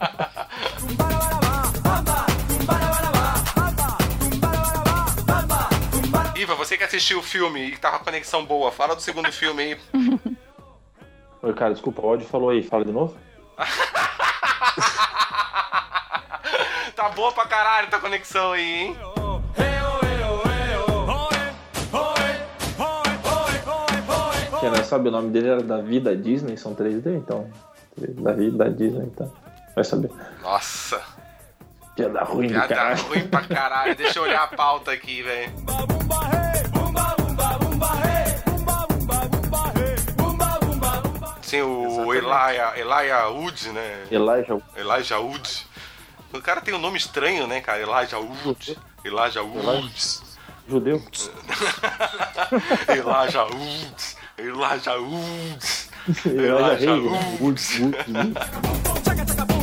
Iva, você que assistiu o filme e que tá com a conexão boa, fala do segundo filme aí. Oi, cara, desculpa, o áudio falou aí. Fala de novo? Tá boa pra caralho tua conexão aí, hein? Quem não sabe, o nome dele era Davi da Disney, são três D, então. Davi da Disney, então. Vai saber. Nossa, Piada ruim do piada caralho. ruim pra caralho. Deixa eu olhar a pauta aqui, velho. Sim, o Elijah, Elijah Wood, né? Elijah, Elijah Wood. O cara tem um nome estranho, né, cara? Elijah Wood. Elijah Wood. judeu. Elijah Wood. Elijah Wood. Elijah Rei. Wood. Woods, Woods, Woods.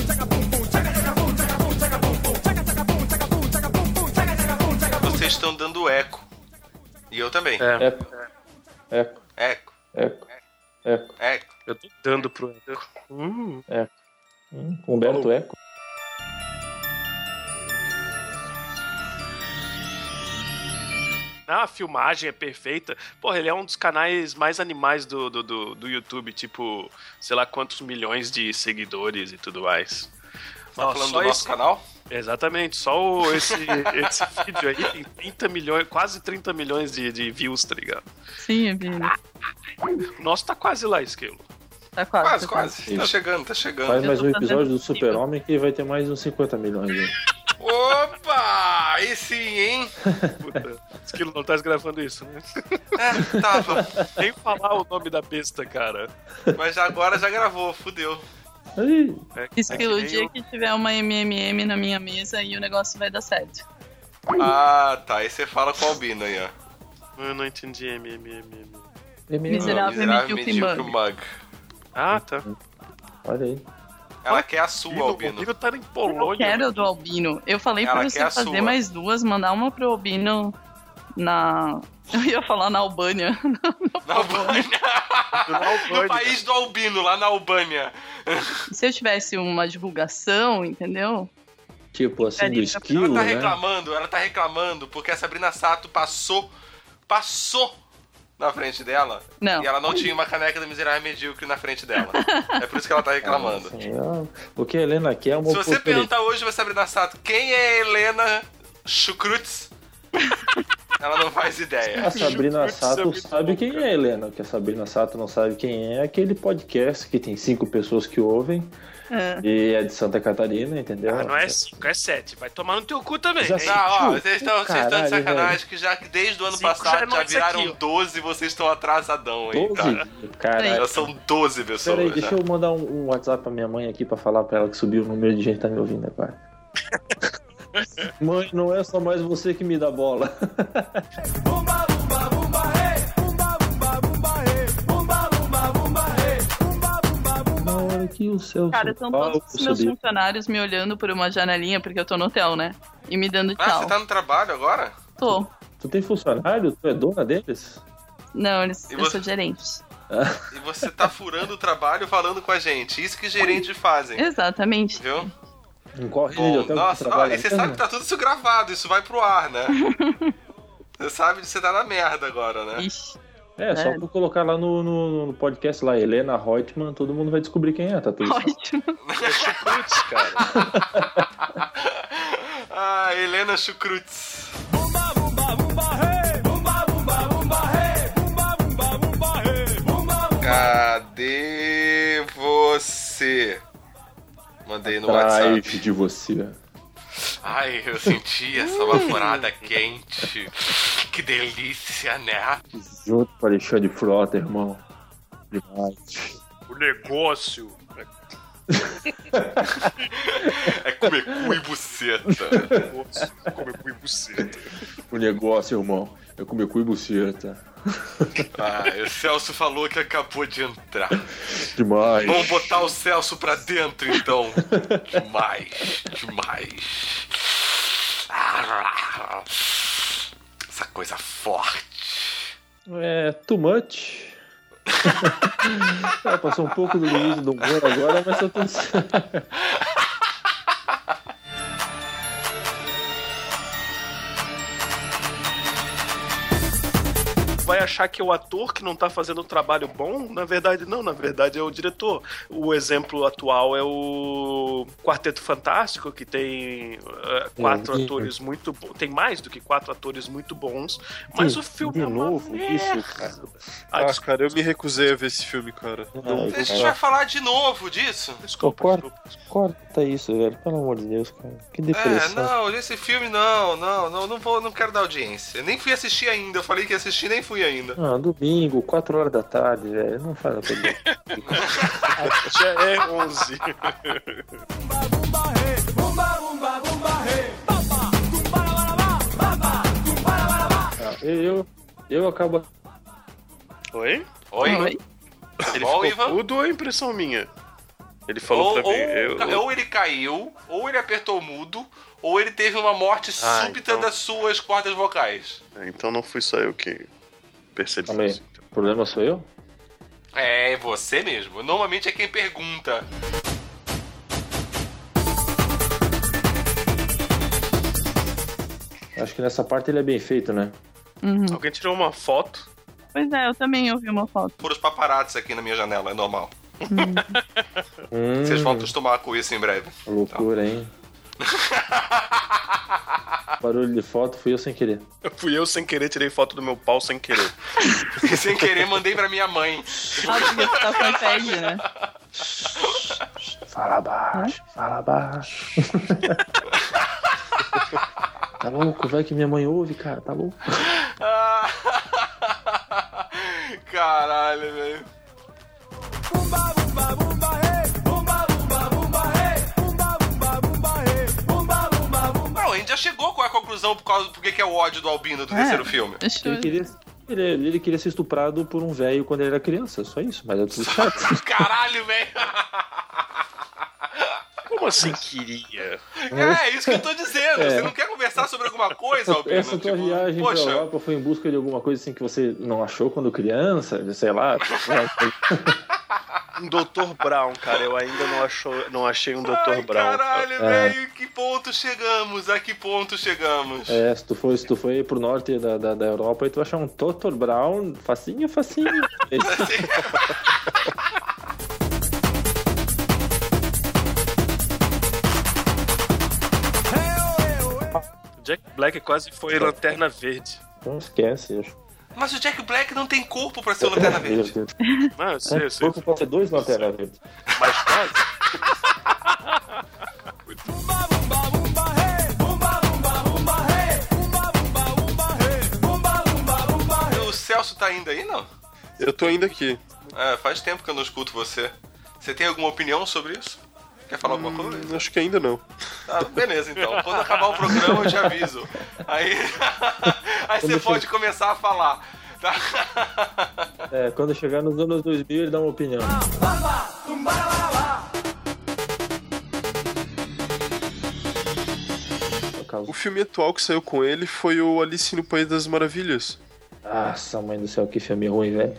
Vocês estão dando eco. E eu também. É, Eco, eco, Eco, eco, eco. eco. eu tô dando pro Eco. Hum. Hum, Humberto Falou. Eco. Ah, a filmagem é perfeita. Porra, ele é um dos canais mais animais do, do, do, do YouTube. Tipo, sei lá quantos milhões de seguidores e tudo mais. Tá Ó, falando só do nosso esse- canal? Exatamente, só o, esse, esse vídeo aí tem trinta milhões, quase trinta milhões de, de views, tá ligado? Sim, é vida. O nosso tá quase lá, Esquilo. Tá quase. Quase, tá quase. Tá chegando, tá chegando. Faz Eu mais tô um fazendo episódio do possível. Super-Homem que vai ter mais uns cinquenta milhões. Hein? Opa! Aí sim, hein? Puta, Esquilo não tá gravando isso, né? É, tava. Nem falar o nome da besta, cara. Mas agora já gravou, fudeu. Aí, É, Esquilo, é o que dia nem que tiver uma M M M na minha mesa e o negócio vai dar certo. Ah, tá. Aí você fala com o Albino aí, ó. eu, eu não entendi M M M. é mesmo. Miserável Miserável Medíocre Medíocre Mug. Mug. Ah, tá. Olha aí. Ela quer a sua, O Albino. Albino tá em Eu Polônia. quero do Albino. Eu falei Ela pra quer você a fazer sua. mais duas, mandar uma pro Albino na... Eu ia falar na Albânia. Na Albânia. Na Albânia. No país do Albino, lá na Albânia. Se eu tivesse uma divulgação, entendeu? Tipo assim, do Ela esquilo, Ela tá né? reclamando, ela tá reclamando porque a Sabrina Sato passou, passou na frente dela Não. e ela não tinha uma caneca da Miserável Medíocre na frente dela. É por isso que ela tá reclamando. Assim, ó, o que a Helena quer é uma Se você oportunidade. perguntar hoje pra Sabrina Sato quem é Helena Chukrutz, ela não faz ideia. A Sabrina Putz, é Sato muito sabe bom, quem cara. é, Helena. O que a Sabrina Sato não sabe quem é, é aquele podcast que tem cinco pessoas que ouvem É. e é de Santa Catarina, entendeu? Ah, não é cinco, é sete. Vai tomar no teu cu também. Já hein? sei. Não, ó, Tio, vocês estão vocês estão de caralho, sacanagem que já que desde o ano Cinco já passado não já é isso viraram aqui, ó. doze e vocês estão atrasadão, hein, cara. doze? Caralho. Já são doze pessoas. Peraí, já. deixa eu mandar um, um WhatsApp pra minha mãe aqui pra falar pra ela que subiu o número de gente que tá me ouvindo agora. Mãe, não é só mais você que me dá bola. Bumba, bumba, bumba, hey. Bumba, bumba, bumba, hey. Bumba, bumba, bumba, hey. Bumba, bumba, bumba, Na hora que o céu Cara, são todos os meus subiu. funcionários me olhando por uma janelinha, porque eu tô no hotel, né? E me dando Ah, tchau. você tá no trabalho agora? Tô. Tu tem funcionário? Tu é dona deles? Não, eles, E eu você- sou gerente. E você tá furando o trabalho falando com a gente. Isso que gerentes fazem. Exatamente. Viu? Em qual rede de Bom, hotel que tu nossa, ó, trabalha e você mesmo? sabe que tá tudo isso gravado, isso vai pro ar, né? Você sabe que você tá na merda agora, né? Ixi. É, só É. tu colocar lá no, no, no podcast lá, Helena Reutemann, todo mundo vai descobrir quem é, tá tudo certo. Ótimo. É Chukrutz, cara. Ah, Helena Chukrutz. bumba, bumba, bumba, hey. Bumba, bumba, bumba, hey. Bumba, bumba, bumba, hey. Bumba, bumba. Cadê você? Mandei no WhatsApp. Atrás de você. Ai, eu senti essa vaporada quente. Que delícia, né? Junto com Alexandre Frota, irmão. Demais. O negócio. É comer cu e buceta. Negócio. Comer cu e buceta. O negócio, irmão, é comer cu e buceta. Ah, o Celso falou que acabou de entrar. Demais. Vamos botar o Celso pra dentro, então. Demais, demais. Ah, essa coisa forte. É, too much. É, passou um pouco do limite do humor agora, mas tá tudo certo. Vai achar que é o ator que não tá fazendo um trabalho bom? Na verdade, não. Na verdade, é o diretor. O exemplo atual é o Quarteto Fantástico, que tem uh, quatro Sim. atores muito bons. Tem mais do que quatro atores muito bons. Mas De- o filme de é uma novo, merda. isso, cara. Ah, Ah, desculpa, cara, eu me recusei a ver esse filme, cara. Ai, A gente cara. vai falar de novo disso? desculpa, Corta. desculpa. Corta isso, velho. Pelo amor de Deus, cara. Que É, depressão. não, esse filme não, não, não, não vou, não quero dar audiência. Eu nem fui assistir ainda, eu falei que ia assistir, nem fui ainda. Ah, domingo, quatro horas da tarde, velho. Não faz a coisa. Já é onze. Bumba, bumba, hey. Bumba, bumba, bumba, hey. Baba, tumbarabara, baba, tumbarabara. Ah, eu, eu acabo. Oi? Oi? Oi? Ele Bom, ficou Ivan? mudo ou é impressão minha? Ele falou Ou, pra mim. ou, eu- ou ele caiu, ou ele apertou o mudo, ou ele teve uma morte Ah, súbita então. das suas cordas vocais. Então não fui só eu que percebi Calma aí. isso. O problema sou eu? É, você mesmo. Normalmente é quem pergunta. Acho que nessa parte ele é bem feito, né? Uhum. Alguém tirou uma foto. Pois é, eu também ouvi uma foto. Por os paparazzis aqui na minha janela, é normal. Hum, Vocês vão acostumar com isso em breve. loucura, hein? Barulho de foto fui eu sem querer. Fui eu sem querer, tirei foto do meu pau sem querer. E sem querer, mandei pra minha mãe. Ah, porque você tá com o iPad, né? Fala baixo, fala baixo. Tá louco, vai que minha mãe ouve, cara, tá louco? Caralho, velho. Bumba, bumba, bumba, hey. Bumba, bumba, bumba, hey. Bumba, bumba, bumba, hey. Bumba, bumba, bumba. Não, a gente já chegou com a conclusão por causa do que que é o ódio do Albino do É. terceiro filme. Deixa Quem eu... queria, Ele, ele queria ser estuprado por um velho quando ele era criança, só isso, mas é tudo certo. Caralho, velho! Como assim queria? É, é isso que eu tô dizendo. É. Você não quer conversar sobre alguma coisa, Albino? Essa tua Tipo, viagem poxa, pra Europa foi em busca de alguma coisa assim que você não achou quando criança? Sei lá. Um doutor Brown, cara. Eu ainda não, achou, não achei um doutor Ai, Brown. caralho, É. velho, que ponto chegamos? A que ponto chegamos? É, se tu for, se tu for aí pro norte da, da, da Europa, aí tu vai achar um doutor Brown, facinho, facinho. Jack Black quase foi Lanterna Verde. Não esquece, eu acho. Mas o Jack Black não tem corpo pra ser o Lanterna Verde. Não, eu sei, eu sei. Corpo pode ser dois Lanterna Verde. Mas quase. O Celso tá ainda aí, não? Eu tô ainda aqui. É, faz tempo que eu não escuto você. Você tem alguma opinião sobre isso? Quer falar alguma Hum, coisa? acho que ainda não. Ah, beleza, então. Quando acabar o programa, eu te aviso. Aí, aí você pode começar a falar. Tá? É, quando chegar nos anos dois mil, ele dá uma opinião. O filme atual que saiu com ele foi o Alice no País das Maravilhas. Nossa, mãe do céu, que filme ruim, velho.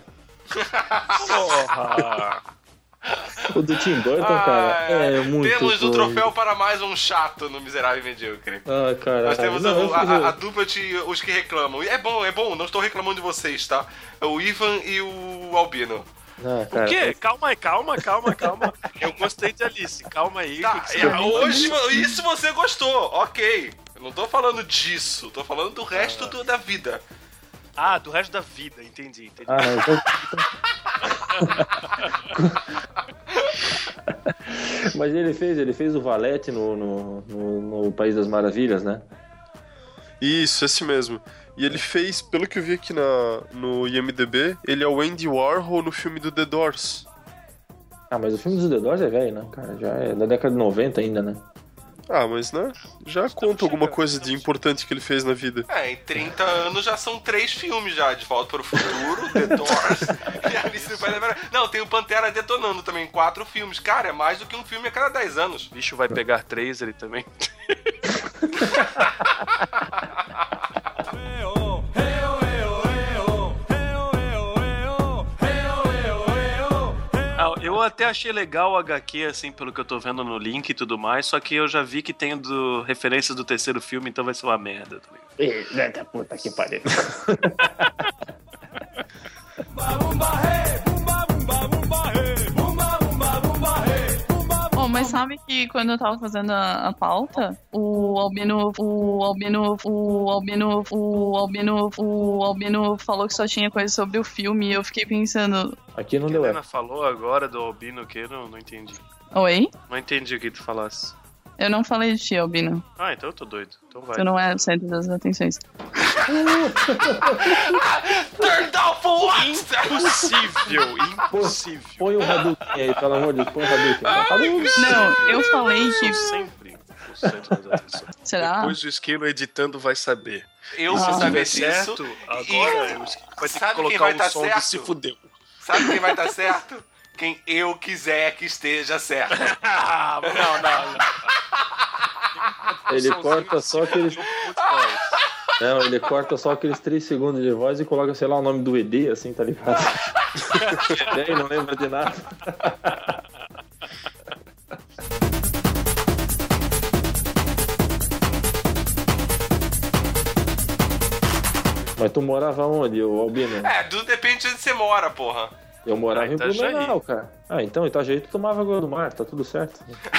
Porra! O do Tim Burton, cara, Ah, é muito Temos o ruim. troféu para mais um chato no Miserável e Medíocre. Ah, cara. Nós temos não, a, eu a, fiz- a, a dupla de os que reclamam. E é bom, é bom, não estou reclamando de vocês, tá? É o Ivan e o Albino. Ah, cara, O quê? Calma aí, calma, calma, calma. Eu gostei de Alice. Calma aí. Tá, que que e você- hoje isso você gostou, ok. Eu não tô falando disso, tô falando do resto do- da vida. Ah, do resto da vida, entendi, entendi. Ah, não, então... Mas ele fez, ele fez o Valete no, no, no, no País das Maravilhas, né? Isso, esse mesmo. E ele fez, pelo que eu vi aqui na, no I M D B, ele é o Andy Warhol no filme do The Doors. Ah, mas o filme dos The Doors é velho, né, cara? Já é da década de noventa ainda, né? Ah, mas né? Já conta alguma coisa de importante que ele fez na vida. É, em trinta anos já são três filmes já. De Volta para o Futuro, The Doors e Alice no País das Maravilhas. Não, tem o Pantera Detonando também, quatro filmes. Cara, é mais do que um filme a cada dez anos. O bicho vai pegar três ele também. Ah, eu até achei legal o H Q, assim, pelo que eu tô vendo no link e tudo mais, só que eu já vi que tem do, referências do terceiro filme, então vai ser uma merda. Tá ligado? Eita puta que pariu. Oh, mas sabe que quando eu tava fazendo a, a pauta, o Albino, o Albino, o Albino, o Albino, o Albino falou que só tinha coisa sobre o filme e eu fiquei pensando, Aqui não A deu Helena é. falou agora do Albino que não, não entendi. oi? Não entendi o que tu falasse. Eu não falei de ti, Albino. Ah, então eu tô doido. Então vai. Tu não é o centro das atenções. Turn down for what? Impossível, impossível. Põe o Hadouken aí, pelo amor de Deus, põe o Hadouken. Hadouken. Não, eu falei Eu que... sou sempre o centro das atenções. Será? Depois o Esquilo editando vai saber. Eu Se vou saber tiver disso. certo, E- agora o Esquilo vai ter que sabe quem colocar vai um tá som certo? de se fudeu. Sabe quem vai estar certo? Quem eu quiser que esteja certo. Ah, não, não, não. Ele Somzinho corta de só se aqueles... fuder um pouco mais. Não, ele corta só aqueles três segundos de voz e coloca, sei lá, o nome do E D, assim, tá ligado? E aí, não lembra de nada. Mas tu morava onde, ô Albino? É, tudo depende de onde você mora, porra. Eu morava Ah, em Itajaí. Blumenau, cara. Ah, então, Itajaí tu tomava água do mar, tá tudo certo.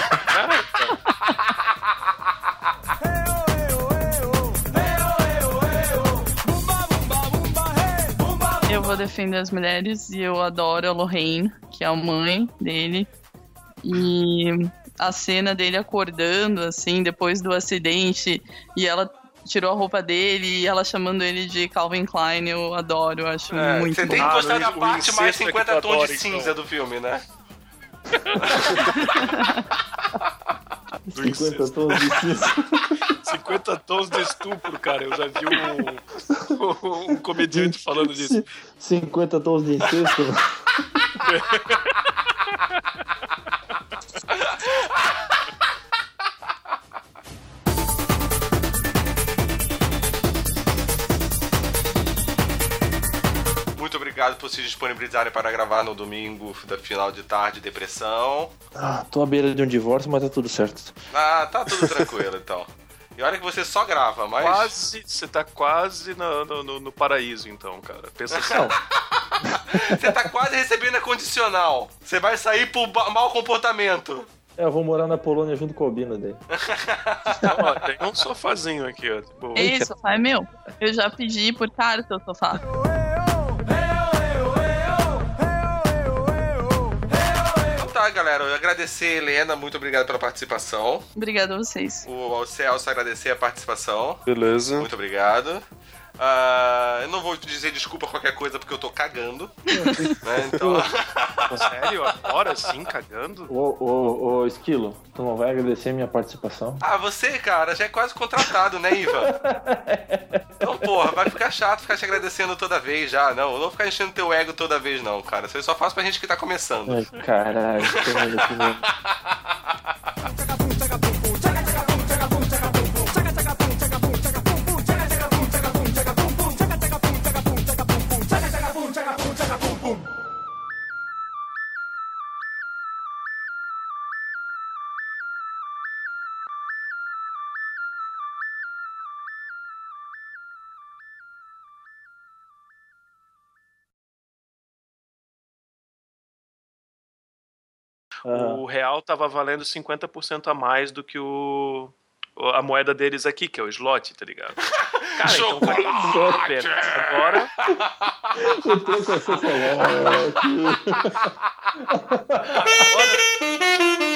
Eu vou defender as mulheres e eu adoro a Lorraine, que é a mãe dele. E a cena dele acordando, assim, depois do acidente, e ela tirou a roupa dele e ela chamando ele de Calvin Klein, eu adoro, eu acho É, muito você bom. tem que Ah, gostar no- da o parte mais incesto é que cinquenta tu tons adora, de então. cinza do filme, né? cinquenta tons de cinza. cinquenta tons de estupro, cara. Eu já vi um, um, um comediante falando disso. cinquenta tons de incesto. Muito obrigado por se disponibilizarem para gravar no domingo da final de tarde, depressão. Ah, tô à beira de um divórcio, mas tá tudo certo. Ah, tá tudo tranquilo então. E olha que você só grava, mas... Quase, você tá quase no, no, no paraíso, então, cara. Pensa assim. Você tá quase recebendo a condicional. Você vai sair por ba- mau comportamento. É, eu vou morar na Polônia junto com a Albina daí. Ó, tem um sofazinho aqui, ó. Boa. Ei, sofá é meu. Eu já pedi por carta o sofá. Tá, galera, eu agradecer a Helena, muito obrigado pela participação. Obrigada a vocês. O ao Celso agradecer a participação. Beleza. Muito obrigado. Uh, eu não vou te dizer desculpa qualquer coisa porque eu tô cagando. Né? Então... Sério? Agora sim, cagando? Ô, ô, ô, Esquilo, tu não vai agradecer a minha participação? Ah, você, cara, já é quase contratado, né, Ivan? Então, porra, vai ficar chato ficar te agradecendo toda vez já. Não, eu não vou ficar enchendo teu ego toda vez, não, cara. Isso aí só faço pra gente que tá começando. Ai, caralho, tô vendo aqui mesmo. O real tava valendo cinquenta por cento a mais do que o a moeda deles aqui, que é o slot, tá ligado? Cara, então vale muito a pena. Agora... O troco é chocolate. Agora...